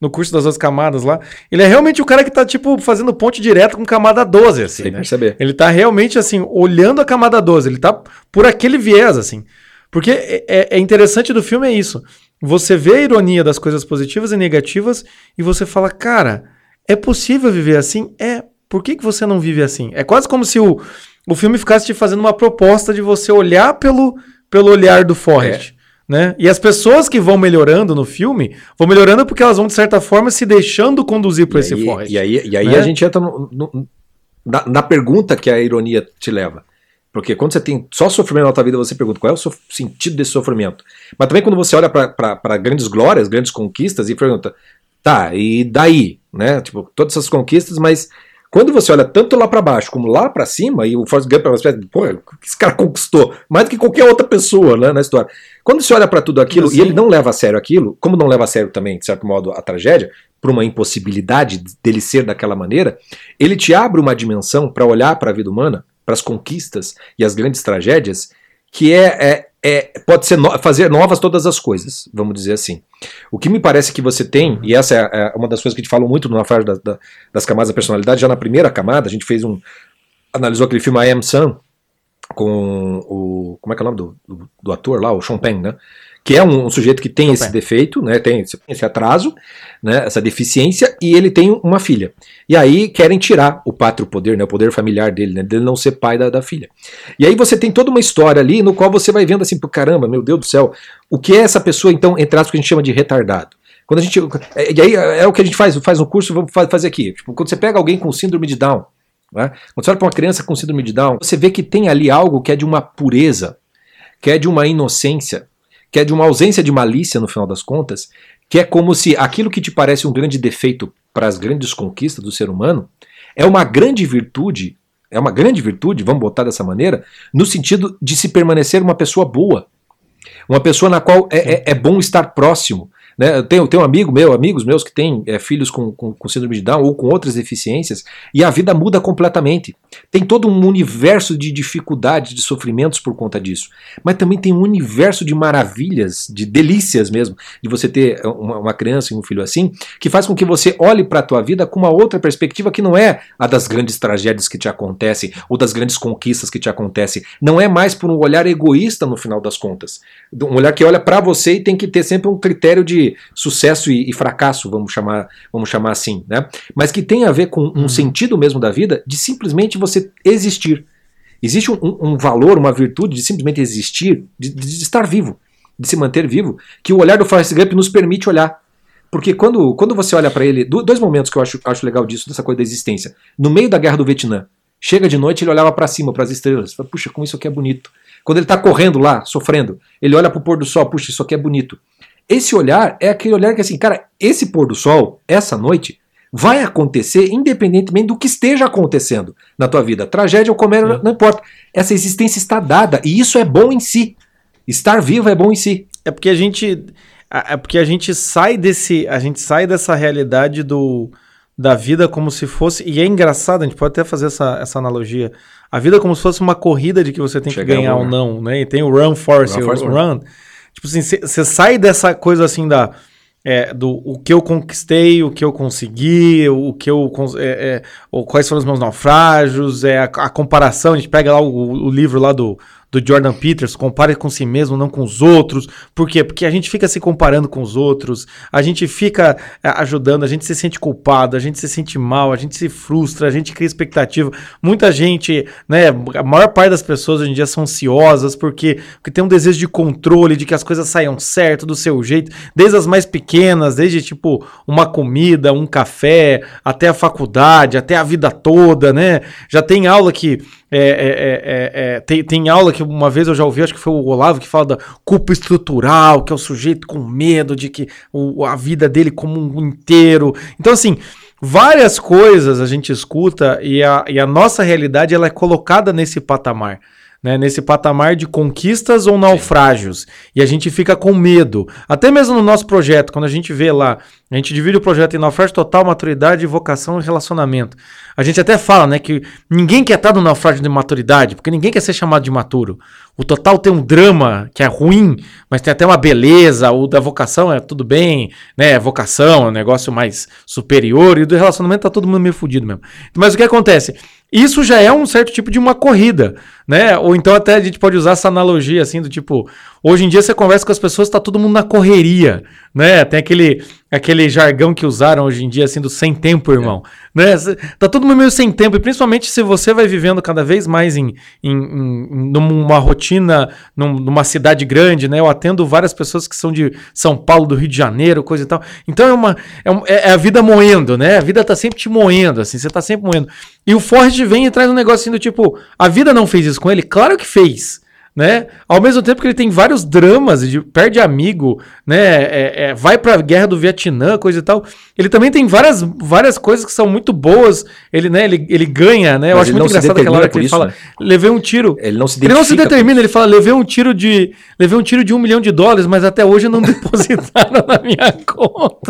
no curso das outras camadas lá. Ele é realmente o cara que tá, tipo, fazendo ponte direto com camada doze, assim, Sem né? perceber. Ele tá realmente, assim, olhando a camada doze. Ele tá por aquele viés, assim. Porque é, é interessante do filme é isso. Você vê a ironia das coisas positivas e negativas e você fala, cara, é possível viver assim? É. Por que, que você não vive assim? É quase como se o, o filme ficasse te fazendo uma proposta de você olhar pelo, pelo olhar do Forrest. É. Né? E as pessoas que vão melhorando no filme, vão melhorando porque elas vão, de certa forma, se deixando conduzir por esse aí, Forrest. E aí, e aí né? a gente entra no, no, na, na pergunta que a ironia te leva. Porque quando você tem só sofrimento na tua vida, você pergunta qual é o so- sentido desse sofrimento. Mas também quando você olha para grandes glórias, grandes conquistas, e pergunta, tá, e daí? Né? Tipo, todas essas conquistas, mas... Quando você olha tanto lá para baixo como lá para cima, e o Forrest Gump é uma espécie de, pô, esse cara conquistou mais do que qualquer outra pessoa, né, na história. Quando você olha para tudo aquilo assim, e ele não leva a sério aquilo, como não leva a sério também, de certo modo, a tragédia, por uma impossibilidade dele ser daquela maneira, ele te abre uma dimensão para olhar para a vida humana, para as conquistas e as grandes tragédias, que é, é, é pode ser no, fazer novas todas as coisas, vamos dizer assim. O que me parece que você tem, e essa é uma das coisas que a gente fala muito na fase da, da, das camadas da personalidade, já na primeira camada, a gente fez um. Analisou aquele filme I Am Sam, com o. Como é que é o nome do, do, do ator lá? O Sean Penn, né? Que é um, um sujeito que tem Sean esse Penn. defeito, né? Tem esse, esse atraso, né? Essa deficiência, e ele tem uma filha. E aí querem tirar o pátrio poder, né? O poder familiar dele, né? Dele não ser pai da, da filha. E aí você tem toda uma história ali no qual você vai vendo assim, caramba, meu Deus do céu, o que é essa pessoa, então, entre aspas, que a gente chama de retardado? Quando a gente. E aí é o que a gente faz, faz no curso, vamos fazer aqui. Tipo, quando você pega alguém com síndrome de Down, né? Quando você olha para uma criança com síndrome de Down, você vê que tem ali algo que é de uma pureza, que é de uma inocência, que é de uma ausência de malícia no final das contas, que é como se aquilo que te parece um grande defeito para as grandes conquistas do ser humano é uma grande virtude, é uma grande virtude, vamos botar dessa maneira, no sentido de se permanecer uma pessoa boa, uma pessoa na qual é, é, é bom estar próximo. Né? Eu tenho, tenho um amigo meu, amigos meus que têm é, filhos com, com, com síndrome de Down ou com outras deficiências, e a vida muda completamente. Tem todo um universo de dificuldades, de sofrimentos por conta disso. Mas também tem um universo de maravilhas, de delícias mesmo, de você ter uma, uma criança e um filho assim, que faz com que você olhe para a tua vida com uma outra perspectiva que não é a das grandes tragédias que te acontecem ou das grandes conquistas que te acontecem. Não é mais por um olhar egoísta no final das contas. Um olhar que olha para você e tem que ter sempre um critério de sucesso e, e fracasso, vamos chamar, vamos chamar assim, né? Mas que tem a ver com um sentido mesmo da vida de simplesmente você existir. Existe um, um valor, uma virtude de simplesmente existir, de, de estar vivo, de se manter vivo, que o olhar do Forrest Gump nos permite olhar. Porque quando, quando você olha para ele, dois momentos que eu acho, acho legal disso, dessa coisa da existência. No meio da Guerra do Vietnã, chega de noite, ele olhava para cima, para as estrelas, fala, puxa, como isso aqui é bonito. Quando ele está correndo lá, sofrendo, ele olha para o pôr do sol, puxa, isso aqui é bonito. Esse olhar é aquele olhar que assim, cara, esse pôr do sol, essa noite, vai acontecer independentemente do que esteja acontecendo na tua vida. Tragédia ou comédia, não, não importa. Essa existência está dada e isso é bom em si. Estar vivo é bom em si. É porque a gente, é porque a gente sai desse, a gente sai dessa realidade do, da vida como se fosse, e é engraçado, a gente pode até fazer essa, essa analogia, a vida como se fosse uma corrida de que você tem Chegar que ganhar ou não, né? E tem o run, force, run, force, o run. Tipo assim, você sai dessa coisa assim da é, do o que eu conquistei, o que eu consegui, o que eu é, é, ou quais foram os meus naufrágios, é a, a comparação. A gente pega lá o, o livro lá do do Jordan Peterson, compare com si mesmo, não com os outros. Por quê? Porque a gente fica se comparando com os outros, a gente fica ajudando, a gente se sente culpado, a gente se sente mal, a gente se frustra, a gente cria expectativa. Muita gente, né, a maior parte das pessoas hoje em dia são ansiosas porque, porque tem um desejo de controle, de que as coisas saiam certo, do seu jeito, desde as mais pequenas, desde tipo uma comida, um café, até a faculdade, até a vida toda, né? Já tem aula que É, é, é, é, tem, tem aula que uma vez eu já ouvi, acho que foi o Olavo, que fala da culpa estrutural, que é o sujeito com medo de que o, a vida dele como um inteiro. Então, assim, várias coisas a gente escuta e a, e a nossa realidade ela é colocada nesse patamar, né, nesse patamar de conquistas ou naufrágios. Sim. E a gente fica com medo. Até mesmo no nosso projeto, quando a gente vê lá, a gente divide o projeto em naufrágio total, maturidade, vocação e relacionamento. A gente até fala, né, que ninguém quer estar no naufrágio de maturidade, porque ninguém quer ser chamado de maturo. O total tem um drama que é ruim, mas tem até uma beleza. O da vocação é tudo bem, né? Vocação é um negócio mais superior, e o do relacionamento tá todo mundo meio fudido mesmo. Mas o que acontece? Isso já é um certo tipo de uma corrida, né? Ou então até a gente pode usar essa analogia assim do tipo, hoje em dia você conversa com as pessoas, tá todo mundo na correria, né? Tem aquele, aquele jargão que usaram hoje em dia assim do sem tempo, irmão, é. né? Tá todo mundo meio sem tempo, e principalmente se você vai vivendo cada vez mais em, em, em numa rotina, num, numa cidade grande, né? Eu atendo várias pessoas que são de São Paulo, do Rio de Janeiro, coisa e tal. Então é uma é, um, é a vida moendo, né? A vida tá sempre te moendo, assim, você tá sempre moendo. E o Forrest vem e traz um negócio assim do tipo, a vida não fez isso com ele? Claro que fez, né? Ao mesmo tempo que ele tem vários dramas, de, perde amigo, né? É, é, vai pra guerra do Vietnã, coisa e tal. Ele também tem várias, várias coisas que são muito boas. Ele, né, ele, ele ganha, né? Eu Mas acho muito engraçado aquela hora que ele isso, fala, né? levei um tiro. Ele não se Ele não se determina, ele fala, levei um tiro de. Levei um tiro de um milhão de dólares, mas até hoje não depositaram na minha conta.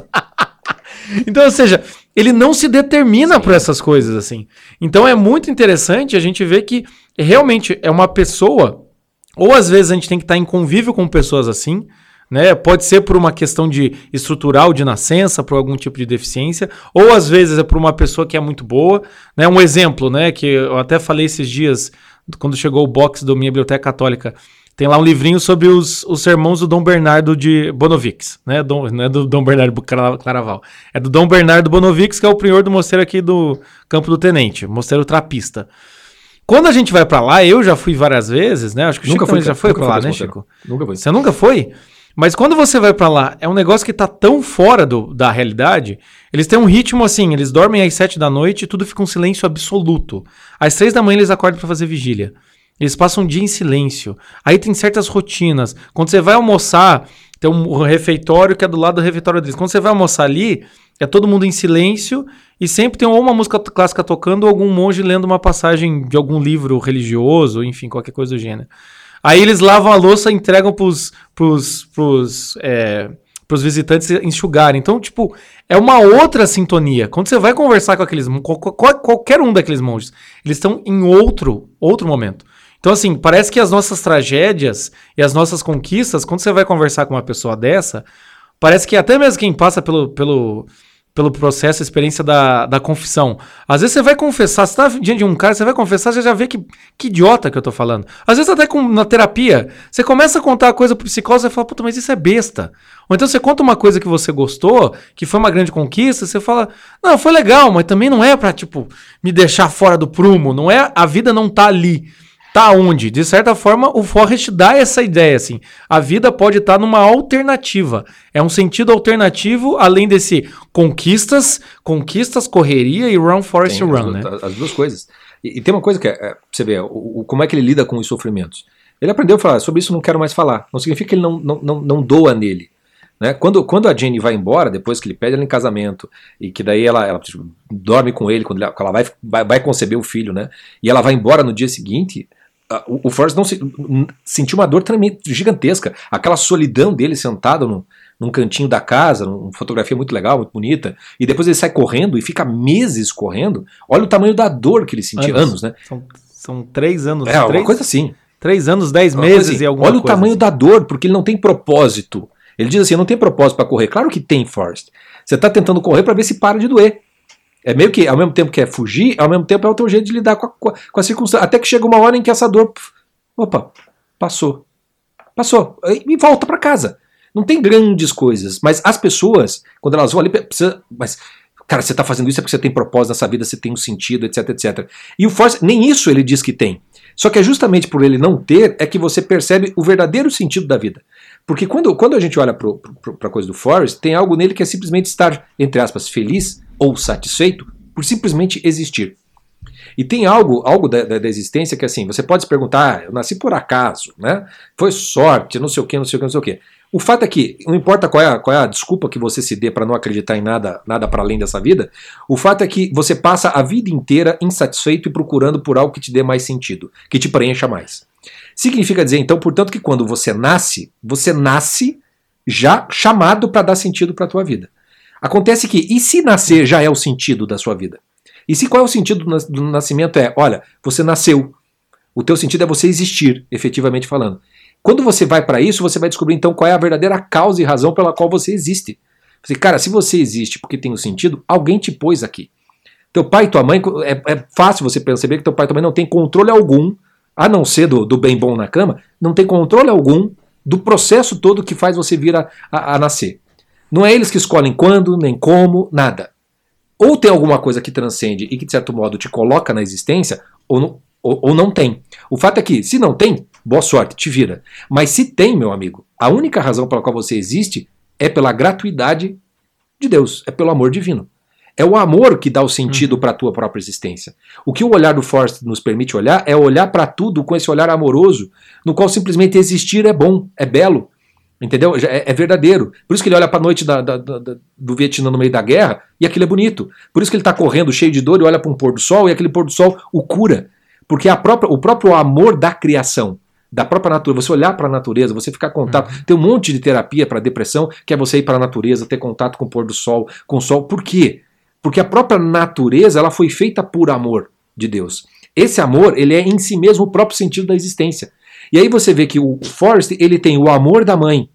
Então, ou seja, ele não se determina por essas coisas, assim. Então é muito interessante a gente ver que realmente é uma pessoa, ou às vezes a gente tem que estar em convívio com pessoas assim, né? Pode ser por uma questão de estrutural de nascença, por algum tipo de deficiência, ou às vezes é por uma pessoa que é muito boa, né? Um exemplo, né, que eu até falei esses dias, quando chegou o box da minha biblioteca católica, tem lá um livrinho sobre os, os sermões do Dom Bernardo de Bonovics, né? Dom, não é do Dom Bernardo Claraval, é do Dom Bernardo Bonovics, que é o prior do mosteiro aqui do Campo do Tenente, mosteiro trapista. Quando a gente vai pra lá, eu já fui várias vezes, né? Acho que o nunca Chico fui, já foi pra lá, né, mosteiro. Chico? Nunca foi. Você nunca foi? Mas quando você vai pra lá, é um negócio que tá tão fora do, da realidade. Eles têm um ritmo assim, eles dormem às sete da noite e tudo fica um silêncio absoluto. Às três da manhã eles acordam pra fazer vigília. Eles passam um dia em silêncio. Aí tem certas rotinas. Quando você vai almoçar, tem um refeitório que é do lado do refeitório deles. Quando você vai almoçar ali, é todo mundo em silêncio e sempre tem ou uma música clássica tocando ou algum monge lendo uma passagem de algum livro religioso, enfim, qualquer coisa do gênero. Aí eles lavam a louça e entregam pros, pros, pros, é, pros visitantes enxugarem. Então, tipo, é uma outra sintonia. Quando você vai conversar com aqueles, qualquer um daqueles monges, eles estão em outro, outro momento. Então, assim, parece que as nossas tragédias e as nossas conquistas, quando você vai conversar com uma pessoa dessa, parece que até mesmo quem passa pelo, pelo, pelo processo, a experiência da, da confissão, às vezes você vai confessar, você tá diante de um cara, você vai confessar, você já vê que, que idiota que eu tô falando. Às vezes até com, na terapia, você começa a contar a coisa pro psicólogo, você fala, puta, mas isso é besta. Ou então você conta uma coisa que você gostou, que foi uma grande conquista, você fala, não, foi legal, mas também não é pra, tipo, me deixar fora do prumo, não é, a vida não tá ali. Tá onde? De certa forma, o Forrest dá essa ideia, assim. A vida pode estar numa alternativa. É um sentido alternativo, além desse conquistas, conquistas, correria e run, Forrest, tem, run, as, né? As duas coisas. E, e tem uma coisa que é, é, você vê, o, o, como é que ele lida com os sofrimentos. Ele aprendeu a falar, sobre isso não quero mais falar. Não significa que ele não, não, não, não doa nele. Né? Quando, quando a Jenny vai embora, depois que ele pede ela em casamento, e que daí ela, ela tipo, dorme com ele, quando ela, ela vai, vai, vai conceber o filho, né? E ela vai embora no dia seguinte... Uh, o Forrest não se, um, sentiu uma dor tremenda, gigantesca. Aquela solidão dele sentado no, num cantinho da casa, uma fotografia muito legal, muito bonita, e depois ele sai correndo e fica meses correndo. Olha o tamanho da dor que ele sentia, anos, anos né? São, são três anos. É, três, uma coisa assim. Três anos, dez meses assim. E alguma Olha coisa. Olha o tamanho assim. da dor, porque ele não tem propósito. Ele diz assim, eu não tenho propósito para correr. Claro que tem, Forrest. Você está tentando correr para ver se para de doer. É meio que, ao mesmo tempo que é fugir, ao mesmo tempo é o teu jeito de lidar com a, com a circunstância. Até que chega uma hora em que essa dor, opa, passou. Passou. E volta para casa. Não tem grandes coisas, mas as pessoas, quando elas vão ali, precisa, mas, cara, você está fazendo isso é porque você tem propósito nessa vida, você tem um sentido, etc, etcétera. E o Forrest, nem isso ele diz que tem. Só que é justamente por ele não ter, é que você percebe o verdadeiro sentido da vida. Porque quando, quando a gente olha para a coisa do Forrest, tem algo nele que é simplesmente estar, entre aspas, feliz ou satisfeito por simplesmente existir. E tem algo, algo da, da, da existência que assim, você pode se perguntar, ah, eu nasci por acaso, né? Foi sorte, não sei o que, não sei o que, não sei o que. O fato é que, não importa qual é a, qual é a desculpa que você se dê para não acreditar em nada, nada para além dessa vida, o fato é que você passa a vida inteira insatisfeito e procurando por algo que te dê mais sentido, que te preencha mais. Significa dizer, então, portanto, que quando você nasce, você nasce já chamado para dar sentido para a tua vida. Acontece que, e se nascer já é o sentido da sua vida? E se qual é o sentido do nascimento? É, olha, você nasceu. O teu sentido é você existir, efetivamente falando. Quando você vai para isso, você vai descobrir então qual é a verdadeira causa e razão pela qual você existe. Você, cara, se você existe porque tem um sentido, alguém te pôs aqui. Teu pai e tua mãe, é, é fácil você perceber que teu pai e tua mãe não tem controle algum, a não ser do, do bem bom na cama, não tem controle algum do processo todo que faz você vir a, a, a nascer. Não é eles que escolhem quando, nem como, nada. Ou tem alguma coisa que transcende e que, de certo modo, te coloca na existência, ou não, ou, ou não tem. O fato é que, se não tem, boa sorte, te vira. Mas se tem, meu amigo, a única razão pela qual você existe é pela gratuidade de Deus, é pelo amor divino. É o amor que dá o sentido para a tua própria existência. O que o olhar do Forrest nos permite olhar é olhar para tudo com esse olhar amoroso, no qual simplesmente existir é bom, é belo, entendeu? É, é verdadeiro. Por isso que ele olha para a noite da, da, da, do Vietnã no meio da guerra e aquilo é bonito. Por isso que ele está correndo cheio de dor e olha para um pôr do sol e aquele pôr do sol o cura. Porque a própria, o próprio amor da criação, da própria natureza, você olhar para a natureza, você ficar em contato, uhum. Tem um monte de terapia para depressão, que é você ir para a natureza, ter contato com o pôr do sol, com o sol. Por quê? Porque a própria natureza, ela foi feita por amor de Deus. Esse amor, ele é em si mesmo o próprio sentido da existência. E aí você vê que o Forrest, ele tem o amor da mãe,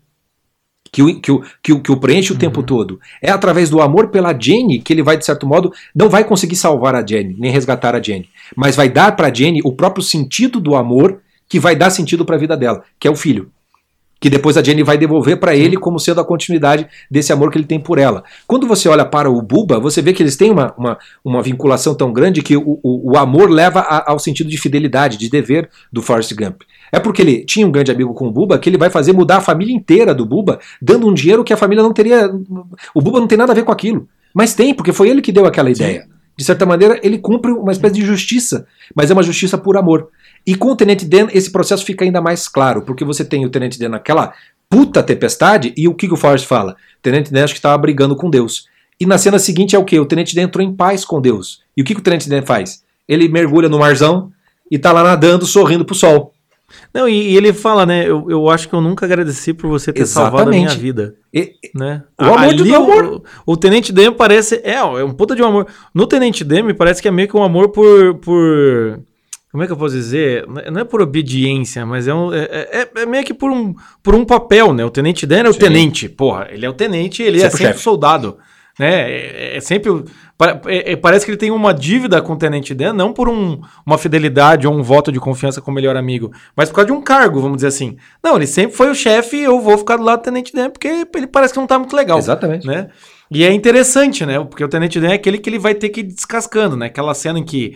que o, que o, que o, que o preenche o uhum. tempo todo. É através do amor pela Jenny que ele vai, de certo modo, não vai conseguir salvar a Jenny, nem resgatar a Jenny, mas vai dar para a Jenny o próprio sentido do amor que vai dar sentido para a vida dela, que é o filho. Que depois a Jenny vai devolver para ele como sendo a continuidade desse amor que ele tem por ela. Quando você olha para o Bubba, você vê que eles têm uma, uma, uma vinculação tão grande que o, o, o amor leva a, ao sentido de fidelidade, de dever do Forrest Gump. É porque ele tinha um grande amigo com o Bubba que ele vai fazer mudar a família inteira do Bubba, dando um dinheiro que a família não teria... O Bubba não tem nada a ver com aquilo. Mas tem, porque foi ele que deu aquela ideia. Sim. De certa maneira, ele cumpre uma espécie de justiça, mas é uma justiça por amor. E com o Tenente Dan, esse processo fica ainda mais claro, porque você tem o Tenente Dan naquela puta tempestade, e o que o Forrest fala? O Tenente Dan acho que estava brigando com Deus. E na cena seguinte é o quê? O Tenente Dan entrou em paz com Deus. E o que o Tenente Dan faz? Ele mergulha no marzão e tá lá nadando, sorrindo pro sol. Não, e, e ele fala, né, eu, eu acho que eu nunca agradeci por você ter Exatamente. salvado a minha vida. E, né? O amor Ali, de amor. O, o Tenente Dan parece, é, é um puta de um amor. No Tenente Dan me parece que é meio que um amor por... por... Como é que eu posso dizer? Não é por obediência, mas é, um, é, é, é meio que por um, por um papel, né? O Tenente Dan é o Sim. tenente, porra. Ele é o tenente, ele sempre é sempre chefe. soldado. Né? É, é sempre... É, é, parece que ele tem uma dívida com o Tenente Dan, não por um, uma fidelidade ou um voto de confiança com o melhor amigo, mas por causa de um cargo, vamos dizer assim. Não, ele sempre foi o chefe e eu vou ficar do lado do Tenente Dan porque ele parece que não tá muito legal. Exatamente. Né? E é interessante, né? Porque o Tenente Dan é aquele que ele vai ter que ir descascando, né? Aquela cena em que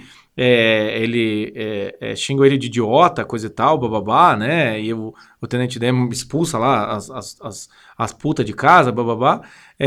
É, ele é, é, xinga ele de idiota, coisa e tal, bababá, né? E o, o Tenente Dan expulsa lá as, as, as, as putas de casa, bababá.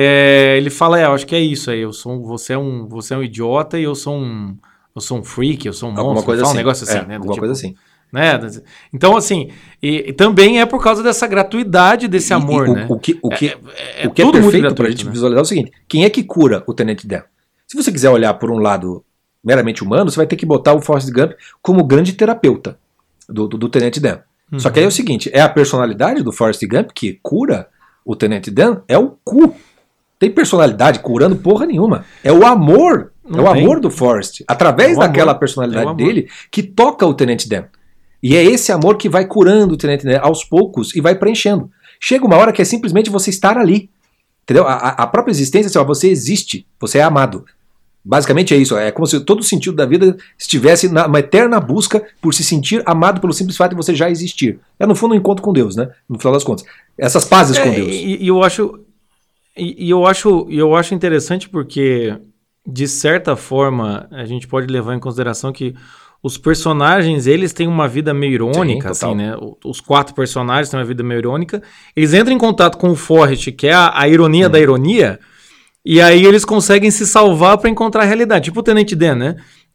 É, ele fala, é, eu acho que é isso aí, eu sou, você, é um, você é um idiota e eu sou um, eu sou um freak, eu sou um alguma monstro. Coisa fala assim. um negócio assim, é, né? Alguma tipo, coisa assim. Né? Então, assim, e, e também é por causa dessa gratuidade, desse e, amor, e o, né? O que, o que é, é, o que é, é perfeito pra gente né? visualizar é o seguinte, quem é que cura o Tenente Dan? Se você quiser olhar por um lado meramente humano, você vai ter que botar o Forrest Gump como grande terapeuta do, do, do Tenente Dan. Uhum. Só que aí é o seguinte, é a personalidade do Forrest Gump que cura o Tenente Dan? É o cu. Tem personalidade curando porra nenhuma. É o amor, Não é o tem. amor do Forrest, através é daquela amor. personalidade é dele, que toca o Tenente Dan. E é esse amor que vai curando o Tenente Dan aos poucos e vai preenchendo. Chega uma hora que é simplesmente você estar ali. Entendeu? A, a própria existência, assim, ó, você existe, você é amado. Basicamente é isso, é como se todo o sentido da vida estivesse numa eterna busca por se sentir amado pelo simples fato de você já existir. É no fundo um encontro com Deus, né? No final das contas. Essas pazes é, com Deus. E, e eu acho, e, e eu acho, eu acho interessante porque, de certa forma, a gente pode levar em consideração que os personagens, eles têm uma vida meio irônica, Sim, assim, né? Os quatro personagens têm uma vida meio irônica. Eles entram em contato com o Forrest, que é a, a ironia hum. da ironia. E aí eles conseguem se salvar para encontrar a realidade. Tipo o Tenente Dan, né?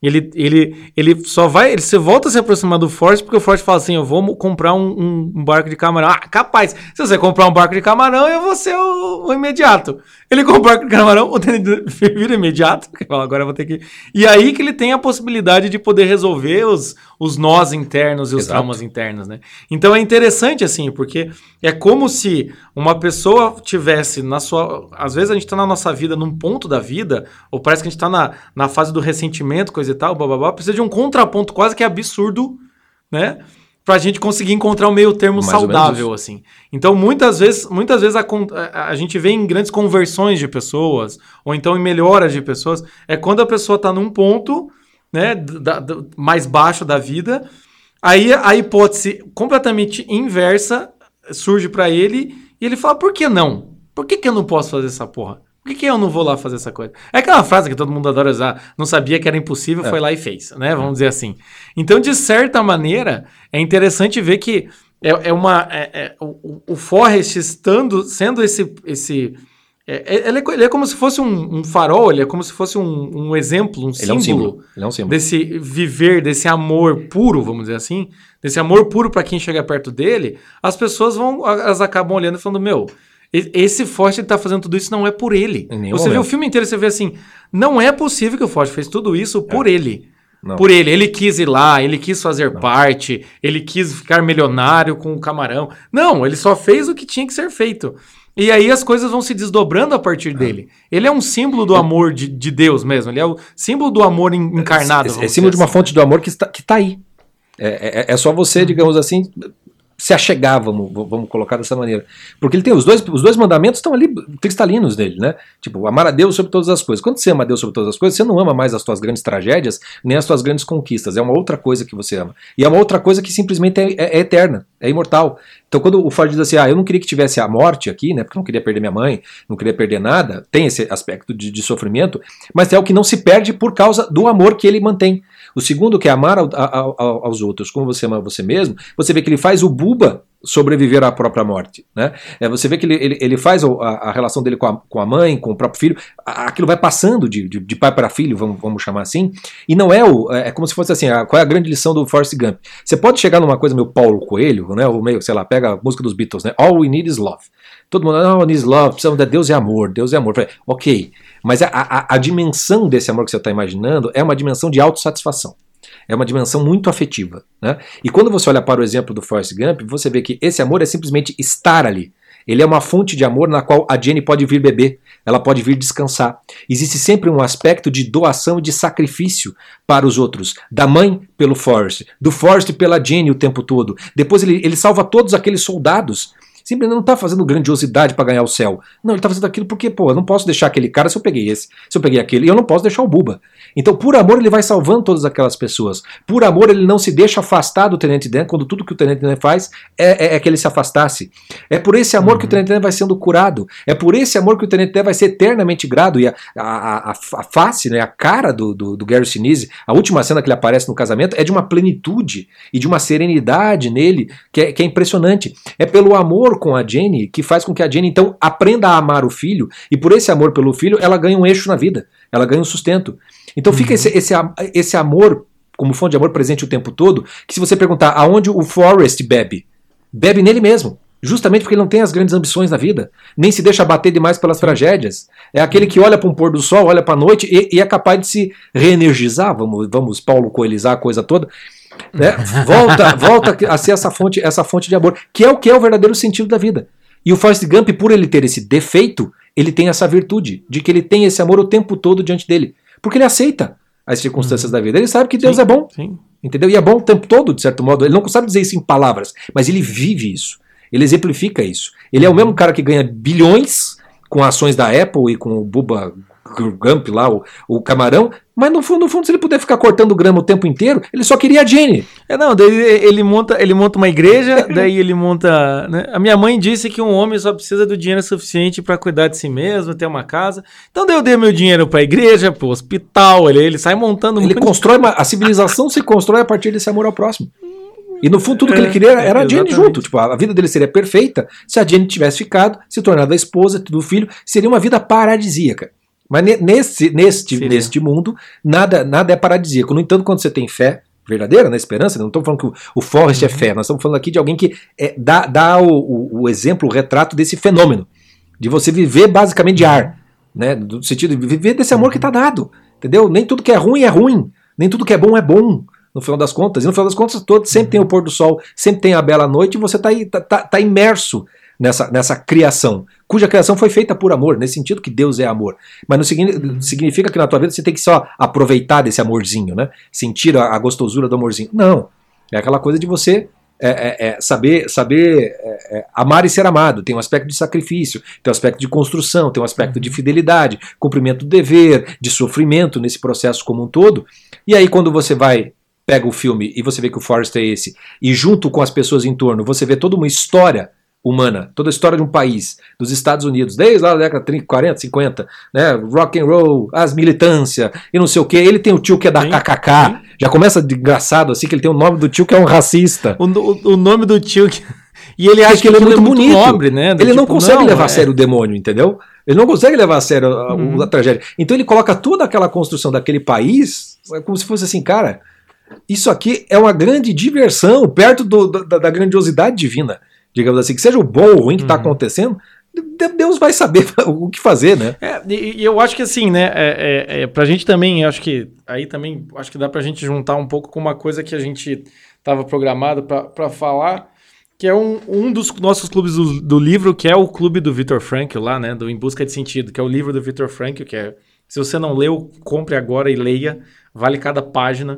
Ele, ele, ele só vai, ele se volta a se aproximar do Forrest porque o Forrest fala assim, eu vou comprar um, um, um barco de camarão. Ah, capaz, se você comprar um barco de camarão, eu vou ser o, o imediato. Ele compra um barco de camarão, o Danny vira imediato, agora eu vou ter que... E aí que ele tem a possibilidade de poder resolver os, os nós internos e os Exato. traumas internos, né? Então é interessante, assim, porque é como se uma pessoa tivesse na sua... Às vezes a gente tá na nossa vida, num ponto da vida, ou parece que a gente tá na, na fase do ressentimento, coisa e tal, blá, blá, blá, precisa de um contraponto quase que absurdo, né? Pra gente conseguir encontrar um meio termo Mais saudável, assim. Então, muitas vezes, muitas vezes a, a, a gente vê em grandes conversões de pessoas, ou então em melhoras de pessoas, é quando a pessoa tá num ponto, né, da, da, mais baixo da vida, aí a hipótese completamente inversa surge pra ele, e ele fala, por que não? Por que que eu não posso fazer essa porra? Por que, que eu não vou lá fazer essa coisa? É aquela frase que todo mundo adora usar. Não sabia que era impossível, é. foi lá e fez, né? Vamos dizer assim. Então, de certa maneira, é interessante ver que é, é uma, é, é, o, o Forrest estando, sendo esse... esse é, ele, é, ele é como se fosse um, um farol, ele é como se fosse um, um exemplo, um ele símbolo, é um símbolo. Ele é um símbolo desse viver, desse amor puro, vamos dizer assim, desse amor puro para quem chega perto dele. As pessoas vão, elas acabam olhando e falando, meu... Esse Forrest, ele tá fazendo tudo isso, não é por ele. Você momento. vê o filme inteiro, você vê assim, não é possível que o Forrest fez tudo isso por é. ele. Não. Por ele. Ele quis ir lá, ele quis fazer não. parte, ele quis ficar milionário com o camarão. Não, ele só fez o que tinha que ser feito. E aí as coisas vão se desdobrando a partir é. dele. Ele é um símbolo do amor de, de Deus mesmo. Ele é o símbolo do amor encarnado. É, é, é símbolo de uma assim. fonte do amor que está, que tá aí. É, é, é só você, digamos assim... se achegar, vamos, vamos colocar dessa maneira. Porque ele tem os dois, os dois mandamentos estão ali cristalinos nele, né? Tipo, amar a Deus sobre todas as coisas. Quando você ama a Deus sobre todas as coisas, você não ama mais as tuas grandes tragédias, nem as tuas grandes conquistas. É uma outra coisa que você ama. E é uma outra coisa que simplesmente é, é, é eterna, é imortal. Então quando o Ford diz assim, ah, eu não queria que tivesse a morte aqui, né? Porque eu não queria perder minha mãe, não queria perder nada, tem esse aspecto de, de sofrimento, mas é o que não se perde por causa do amor que ele mantém. O segundo, que é amar ao, ao, ao, aos outros como você ama você mesmo, você vê que ele faz o Buba sobreviver à própria morte, né? É, você vê que ele, ele, ele faz a, a relação dele com a, com a mãe, com o próprio filho, aquilo vai passando de, de, de pai para filho, vamos, vamos chamar assim, e não é o, é como se fosse assim, a, qual é a grande lição do Forrest Gump? Você pode chegar numa coisa meio Paulo Coelho, né? Ou meio, sei lá, pega a música dos Beatles, né? All we need is love. Todo mundo, all we need is love, precisamos de Deus é amor, Deus é amor. Falei, ok, mas a, a, a dimensão desse amor que você está imaginando é uma dimensão de autossatisfação. É uma dimensão muito afetiva, né? E quando você olha para o exemplo do Forrest Gump, você vê que esse amor é simplesmente estar ali. Ele é uma fonte de amor na qual a Jenny pode vir beber, ela pode vir descansar. Existe sempre um aspecto de doação e de sacrifício para os outros. Da mãe pelo Forrest, do Forrest pela Jenny o tempo todo. Depois ele, ele salva todos aqueles soldados. Simplesmente não está fazendo grandiosidade para ganhar o céu. Não, ele está fazendo aquilo porque, pô, eu não posso deixar aquele cara se eu peguei esse, se eu peguei aquele, e eu não posso deixar o Buba. Então, por amor, ele vai salvando todas aquelas pessoas. Por amor, ele não se deixa afastar do Tenente Dan, quando tudo que o Tenente Dan faz é, é, é que ele se afastasse. É por esse amor uhum. que o Tenente Dan vai sendo curado. É por esse amor que o Tenente Dan vai ser eternamente grato. E a, a, a, a face, né, a cara do, do, do Gary Sinise, a última cena que ele aparece no casamento, é de uma plenitude e de uma serenidade nele que é, que é impressionante. É pelo amor com a Jenny que faz com que a Jenny então aprenda a amar o filho, e por esse amor pelo filho ela ganha um eixo na vida, ela ganha um sustento. Então fica uhum. esse, esse, esse amor como fonte de amor presente o tempo todo, que se você perguntar aonde o Forrest bebe, bebe nele mesmo, justamente porque ele não tem as grandes ambições na vida, nem se deixa bater demais pelas tragédias. É aquele que olha para um pôr do sol, olha para a noite e, e é capaz de se reenergizar, vamos, vamos Paulo Coelizar a coisa toda, né? volta, volta a ser essa fonte, essa fonte de amor, que é o que é o verdadeiro sentido da vida. E o Forrest Gump, por ele ter esse defeito, ele tem essa virtude, de que ele tem esse amor o tempo todo diante dele, porque ele aceita as circunstâncias uhum. da vida, ele sabe que Deus sim, é bom, sim. entendeu? E é bom o tempo todo, de certo modo, ele não sabe dizer isso em palavras, mas ele vive isso, ele exemplifica isso. Ele é o mesmo cara que ganha bilhões com ações da Apple e com o Buba Gump lá, o, o camarão, mas no fundo, no fundo, se ele puder ficar cortando grama o tempo inteiro, ele só queria a Jenny. É, não, daí ele monta, ele monta uma igreja, daí ele monta, né? A minha mãe disse que um homem só precisa do dinheiro suficiente para cuidar de si mesmo, ter uma casa. Então daí eu dei meu dinheiro para a igreja, para o hospital, ele, ele sai montando... Ele constrói, uma, a civilização se constrói a partir desse amor ao próximo. E no fundo tudo que ele queria era, era a Jenny junto. Tipo, a vida dele seria perfeita se a Jenny tivesse ficado, se tornado a esposa do filho, seria uma vida paradisíaca. Mas nesse, neste, neste mundo, nada, nada é paradisíaco. No entanto, quando você tem fé verdadeira, na esperança, não estamos falando que o, o Forrest uhum. é fé, nós estamos falando aqui de alguém que é, dá, dá o, o, o exemplo, o retrato desse fenômeno, de você viver basicamente de ar, né? No sentido de viver desse amor que está dado, entendeu? Nem tudo que é ruim é ruim, nem tudo que é bom é bom, no final das contas. E no final das contas, todo, sempre tem o pôr do sol, sempre tem a bela noite, e você está tá, tá, tá imerso nessa, nessa criação, cuja criação foi feita por amor, nesse sentido que Deus é amor. Mas não significa que na tua vida você tem que só aproveitar desse amorzinho, né? Sentir a, a gostosura do amorzinho. Não. É aquela coisa de você é, é, é, saber, saber é, é, amar e ser amado. Tem um aspecto de sacrifício, tem um aspecto de construção, tem um aspecto de fidelidade, cumprimento do dever, de sofrimento nesse processo como um todo. E aí quando você vai, pega o filme e você vê que o Forrest é esse, e junto com as pessoas em torno, você vê toda uma história humana, toda a história de um país, dos Estados Unidos, desde lá da década de trinta, quarenta, cinquenta, né, rock and roll, as militâncias e não sei o que. Ele tem o tio que é da sim, K K K, sim. Já começa de engraçado assim, que ele tem o nome do tio que é um racista. O, o, o nome do tio que... E ele acha que, que ele é muito, é muito bonito, nobre, né? Do ele tipo, não consegue não, levar é... a sério o demônio, entendeu? Ele não consegue levar a sério a, uhum. a, a tragédia. Então ele coloca toda aquela construção daquele país como se fosse assim, cara, isso aqui é uma grande diversão perto do, da, da grandiosidade divina. Digamos assim, que seja o bom ou o ruim que está uhum. acontecendo, Deus vai saber o que fazer, né? É, e, e eu acho que assim, né, é, é, é, pra gente também, acho que, aí também, acho que dá pra gente juntar um pouco com uma coisa que a gente estava programado pra, pra falar, que é um, um dos nossos clubes do, do livro, que é o clube do Viktor Frankl lá, né, do Em Busca de Sentido, que é o livro do Viktor Frankl, que é, se você não leu, compre agora e leia, vale cada página,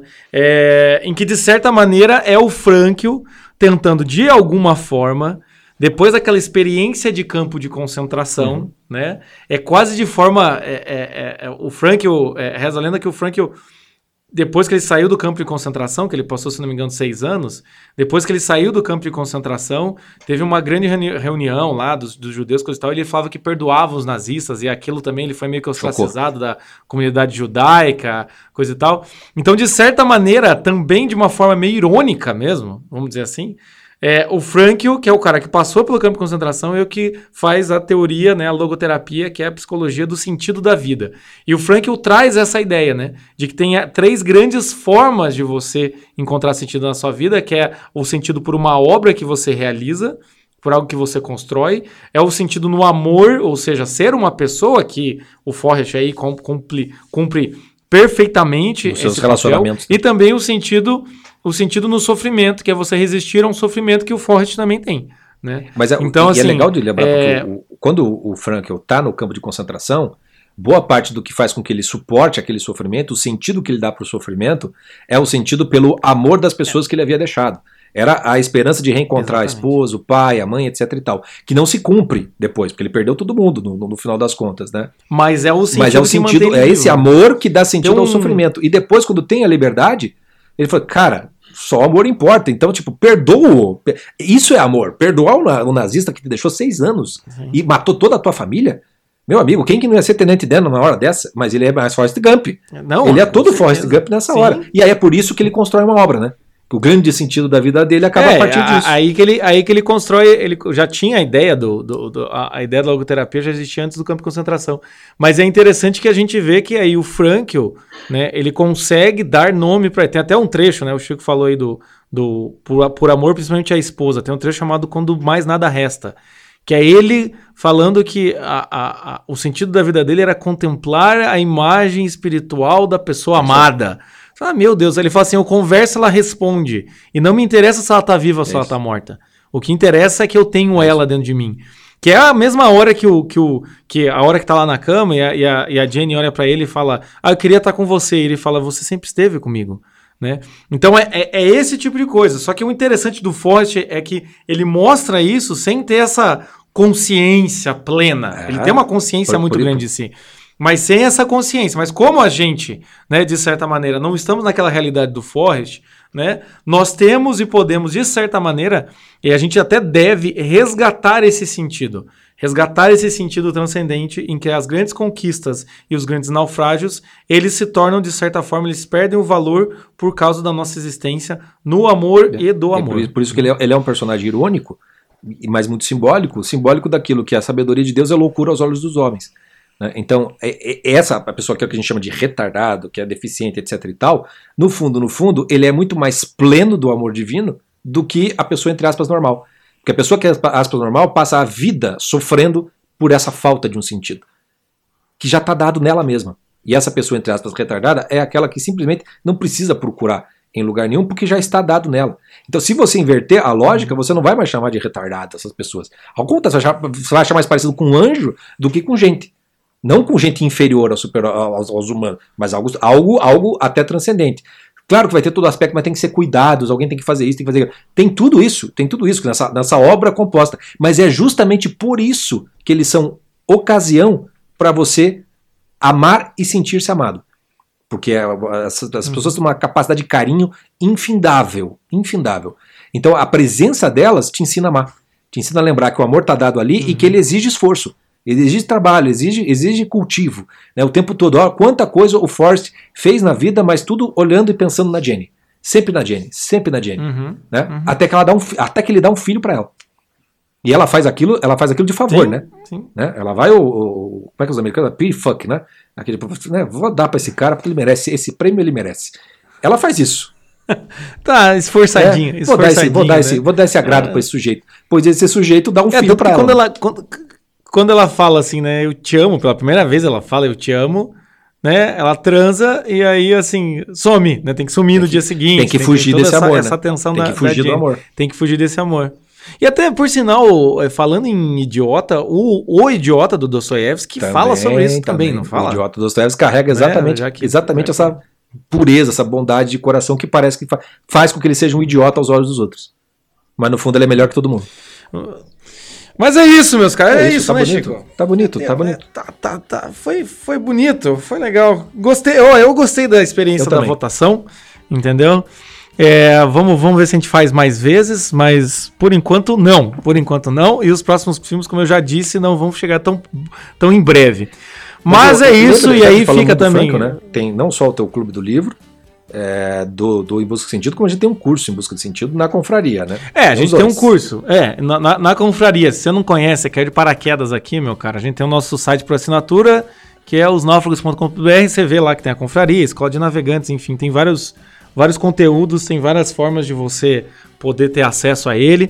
é, em que de certa maneira é o Frankl tentando de alguma forma, depois daquela experiência de campo de concentração, uhum. né, é quase de forma, é, é, é, o Frankl, é, reza a lenda que o Frankl, depois que ele saiu do campo de concentração, que ele passou, se não me engano, seis anos, depois que ele saiu do campo de concentração, teve uma grande reuni- reunião lá dos, dos judeus, coisa e tal, e ele falava que perdoava os nazistas, e aquilo também ele foi meio que ostracizado da comunidade judaica, coisa e tal. Então, de certa maneira, também de uma forma meio irônica mesmo, vamos dizer assim, é, o Frankl, que é o cara que passou pelo campo de concentração, é o que faz a teoria, né, a logoterapia, que é a psicologia do sentido da vida. E o Frankl traz essa ideia, né, de que tem três grandes formas de você encontrar sentido na sua vida, que é o sentido por uma obra que você realiza, por algo que você constrói, é o sentido no amor, ou seja, ser uma pessoa que o Forrest aí cumpre, cumpre perfeitamente nos seus relacionamentos. Papel, e também o sentido... o sentido no sofrimento, que é você resistir a um sofrimento que o Forrest também tem, né? Mas é, então, e, assim, é legal de lembrar, é... porque o, quando o Frankl está no campo de concentração, boa parte do que faz com que ele suporte aquele sofrimento, o sentido que ele dá para o sofrimento, é o sentido pelo amor das pessoas é. que ele havia deixado. Era a esperança de reencontrar Exatamente. a esposa, o pai, a mãe, etc e tal. Que não se cumpre depois, porque ele perdeu todo mundo no, no, no final das contas, né? Mas é o sentido, Mas é, o sentido, é esse amor que dá sentido então, ao sofrimento. E depois, quando tem a liberdade, ele fala, cara... só o amor importa, então, tipo, perdoa. Isso é amor. Perdoar o nazista que te deixou seis anos uhum. e matou toda a tua família. Meu amigo, quem que não ia ser Tenente Dan numa hora dessa? Mas ele é mais Forrest Gump. Não, ele é todo Forrest Gump nessa Sim. hora. E aí é por isso que ele constrói uma obra, né? O grande sentido da vida dele acaba é, a partir disso. Aí que ele, aí que ele constrói, ele já tinha a ideia do, do, do a, a ideia da logoterapia já existia antes do campo de concentração. Mas é interessante que a gente vê que aí o Frankl, né, ele consegue dar nome para, tem até um trecho, né, o Chico falou aí do, do por, por amor, principalmente a esposa, tem um trecho chamado Quando Mais Nada Resta, que é ele falando que a, a, a, o sentido da vida dele era contemplar a imagem espiritual da pessoa amada. Ah, meu Deus, ele fala assim, eu converso, ela responde. E não me interessa se ela tá viva ou se ela tá morta. O que interessa é que eu tenho ela dentro de mim. Que é a mesma hora que o... que, o, que a hora que tá lá na cama e a, e a, e a Jenny olha pra ele e fala, ah, eu queria estar com você. E ele fala, você sempre esteve comigo. Né? Então é, é, é esse tipo de coisa. Só que o interessante do Forrest é que ele mostra isso sem ter essa consciência plena. É, ele tem uma consciência por, muito por grande isso. de si. Mas sem essa consciência. Mas como a gente, né, de certa maneira, não estamos naquela realidade do Forrest, né, nós temos e podemos, de certa maneira, e a gente até deve resgatar esse sentido. Resgatar esse sentido transcendente em que as grandes conquistas e os grandes naufrágios, eles se tornam, de certa forma, eles perdem o valor por causa da nossa existência no amor é, e do amor. É por, isso, por isso que ele é, ele é um personagem irônico, mas muito simbólico, simbólico daquilo que a sabedoria de Deus é loucura aos olhos dos homens. Né? Então, é, é essa a pessoa que, é o que a gente chama de retardado, que é deficiente, etc e tal, no fundo, no fundo, ele é muito mais pleno do amor divino do que a pessoa, entre aspas, normal. Porque a pessoa que é, aspas, normal passa a vida sofrendo por essa falta de um sentido, que já está dado nela mesma. E essa pessoa, entre aspas, retardada, é aquela que simplesmente não precisa procurar em lugar nenhum, porque já está dado nela. Então, se você inverter a lógica, você não vai mais chamar de retardado essas pessoas. Ao contrário, você vai achar mais parecido com um anjo do que com gente. Não com gente inferior ao super, aos, aos humanos, mas algo, algo, algo até transcendente. Claro que vai ter todo aspecto, mas tem que ser cuidados, alguém tem que fazer isso, tem que fazer aquilo. Tem tudo isso, tem tudo isso nessa, nessa obra composta. Mas é justamente por isso que eles são ocasião para você amar e sentir-se amado. Porque as, as pessoas têm uma capacidade de carinho infindável, infindável. Então a presença delas te ensina a amar. Te ensina a lembrar que o amor está dado ali, uhum, e que ele exige esforço. Ele exige trabalho, exige, exige cultivo. Né, o tempo todo. Olha quanta coisa o Forrest fez na vida, mas tudo olhando e pensando na Jenny. Sempre na Jenny, sempre na Jenny. Uhum, né, uhum. Até, que ela dá um, até que ele dá um filho para ela. E ela faz aquilo, ela faz aquilo de favor, sim, né? Sim. né? Ela vai, o, o, como é que os americanos? Pay fuck, né? Aquele, né? Vou dar pra esse cara porque ele merece, esse prêmio ele merece. Ela faz isso. Tá, esforçadinha. É, vou, dar esse, vou, dar esse, né? vou dar esse agrado é. pra esse sujeito. Pois esse sujeito dá um é, filho pra ela. Quando ela, quando, quando ela fala assim, né? Eu te amo, pela primeira vez ela fala eu te amo, né? Ela transa e aí, assim, some, né? Tem que sumir tem no que, dia seguinte. Tem que tem fugir que desse essa, amor, essa né? tensão tem da, que fugir da do amor. Tem que fugir desse amor. E até, por sinal, falando em idiota, o, o idiota do Dostoiévski fala sobre isso também, também, não fala? O idiota do Dostoiévski carrega exatamente, é, que, exatamente é, essa pureza, essa bondade de coração que parece que fa- faz com que ele seja um idiota aos olhos dos outros. Mas no fundo ele é melhor que todo mundo. Mas é isso, meus caras, é, é isso, isso, tá né, bonito, Chico? Tá bonito, tá bonito. Tá, tá, tá. Foi, foi bonito, foi legal. Gostei, eu, eu gostei da experiência eu da também. votação, entendeu? É, vamos, vamos ver se a gente faz mais vezes, mas por enquanto não, por enquanto não, e os próximos filmes, como eu já disse, não vão chegar tão, tão em breve. Mas, mas eu, é isso, e aí fica também... Franco, né? Tem não só o teu clube do livro, é, do, do Em Busca de Sentido, como a gente tem um curso em Busca de Sentido na confraria, né? É, a gente tem um curso, é, na, na, na confraria. Se você não conhece, quer de paraquedas aqui, meu cara, a gente tem o nosso site por assinatura, que é os náufragos ponto com ponto b r, você vê lá que tem a confraria, escola de navegantes, enfim, tem vários... vários conteúdos, tem várias formas de você poder ter acesso a ele.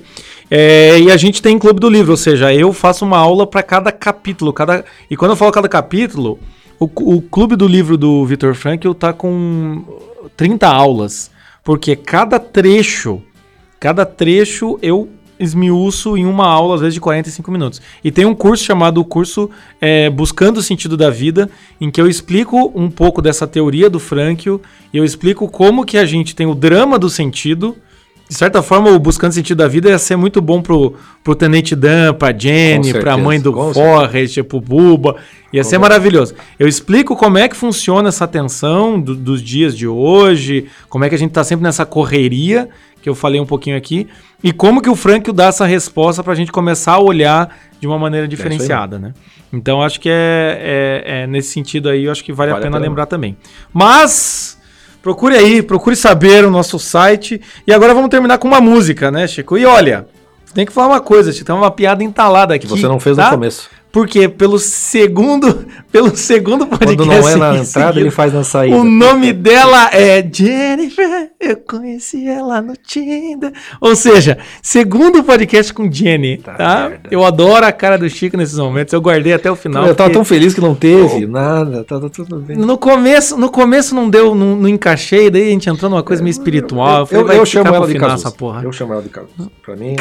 É, e a gente tem Clube do Livro, ou seja, eu faço uma aula para cada capítulo. Cada... E quando eu falo cada capítulo, o, o Clube do Livro do Viktor Frankl está com trinta aulas. Porque cada trecho, cada trecho eu esmiuço em uma aula, às vezes de quarenta e cinco minutos. E tem um curso chamado o curso é, Buscando o Sentido da Vida, em que eu explico um pouco dessa teoria do Frankl, e eu explico como que a gente tem o drama do sentido. De certa forma, o Buscando o Sentido da Vida ia ser muito bom pro, pro Tenente Dan, pra Jenny, certeza, pra mãe do Forrest, pro Bubba. Ia com ser certeza. Maravilhoso. Eu explico como é que funciona essa tensão do, dos dias de hoje, como é que a gente tá sempre nessa correria, que eu falei um pouquinho aqui, e como que o Frankl dá essa resposta pra gente começar a olhar de uma maneira diferenciada, é né? Então, acho que é, é, é nesse sentido aí, eu acho que vale, vale a pena lembrar também. Mas... procure aí, procure saber o nosso site. E agora vamos terminar com uma música, né, Chico? E olha, tem que falar uma coisa, Chico, tem uma piada entalada aqui. Que você não fez tá? no começo. Porque pelo segundo, pelo segundo podcast... Quando não é na entrada, seguido, ele faz na saída. O nome dela é Jennifer, eu conheci ela no Tinder. Ou seja, segundo podcast com Jenny, tá? tá? Eu adoro a cara do Chico nesses momentos, eu guardei até o final. Eu tava tão feliz que não teve eu... nada, tava tudo bem. No começo, no começo não deu, não, não encaixei, daí a gente entrou numa coisa meio espiritual. Eu, eu, eu, eu chamo ela de Cazuza. Eu chamo ela de Cazuza. Pra mim...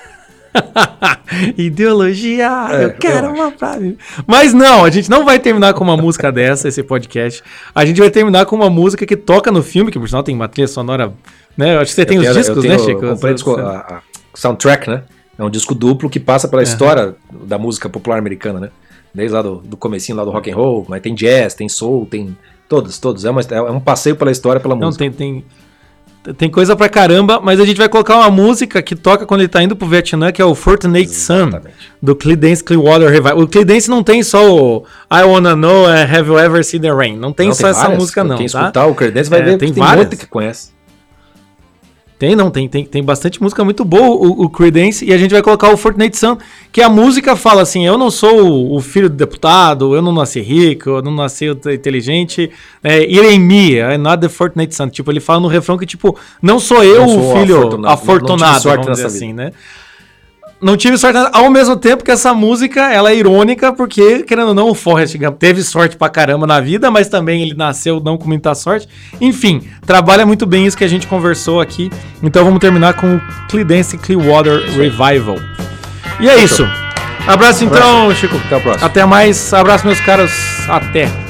Ideologia, é, eu quero eu uma pra mim. Mas não, a gente não vai terminar com uma música dessa, esse podcast. A gente vai terminar com uma música que toca no filme, que por sinal tem uma trilha sonora, né? Eu acho que você eu tem tenho, os discos, tenho, né, Chico? Eu comprei disco, a, a soundtrack, né? É um disco duplo que passa pela uhum. história da música popular americana, né? Desde lá do, do comecinho lá do rock and roll, mas tem jazz, tem soul, tem todos, todos. É, uma, é um passeio pela história, pela não, música. Não, tem... tem... Tem coisa pra caramba, mas a gente vai colocar uma música que toca quando ele tá indo pro Vietnã, que é o Fortunate Son, do Creedence Clearwater Revival. O Creedence não tem só o I Wanna Know, Have You Ever Seen the Rain? Não tem não, só tem essa várias. música não, Quem tá? escutar o Creedence vai é, ver tem que tem várias. muita que conhece. Tem, não, tem, tem, tem bastante música muito boa, o, o Creedence, e a gente vai colocar o Fortnite Son, que a música fala assim, eu não sou o filho do deputado, eu não nasci rico, eu não nasci inteligente, é, it ain't me, I'm not the Fortnite Son. Tipo, ele fala no refrão que, tipo, não sou eu não o filho afortunado, afortunado não, não vamos dizer assim, vida. né? Não tive sorte, ao mesmo tempo que essa música, ela é irônica, porque, querendo ou não, o Forrest Gump teve sorte pra caramba na vida, mas também ele nasceu não com muita sorte. Enfim, trabalha muito bem isso que a gente conversou aqui. Então vamos terminar com o Creedence Clearwater Revival. E é isso. Abraço então, Chico. Até a próxima. Até mais. Abraço, meus caros. Até.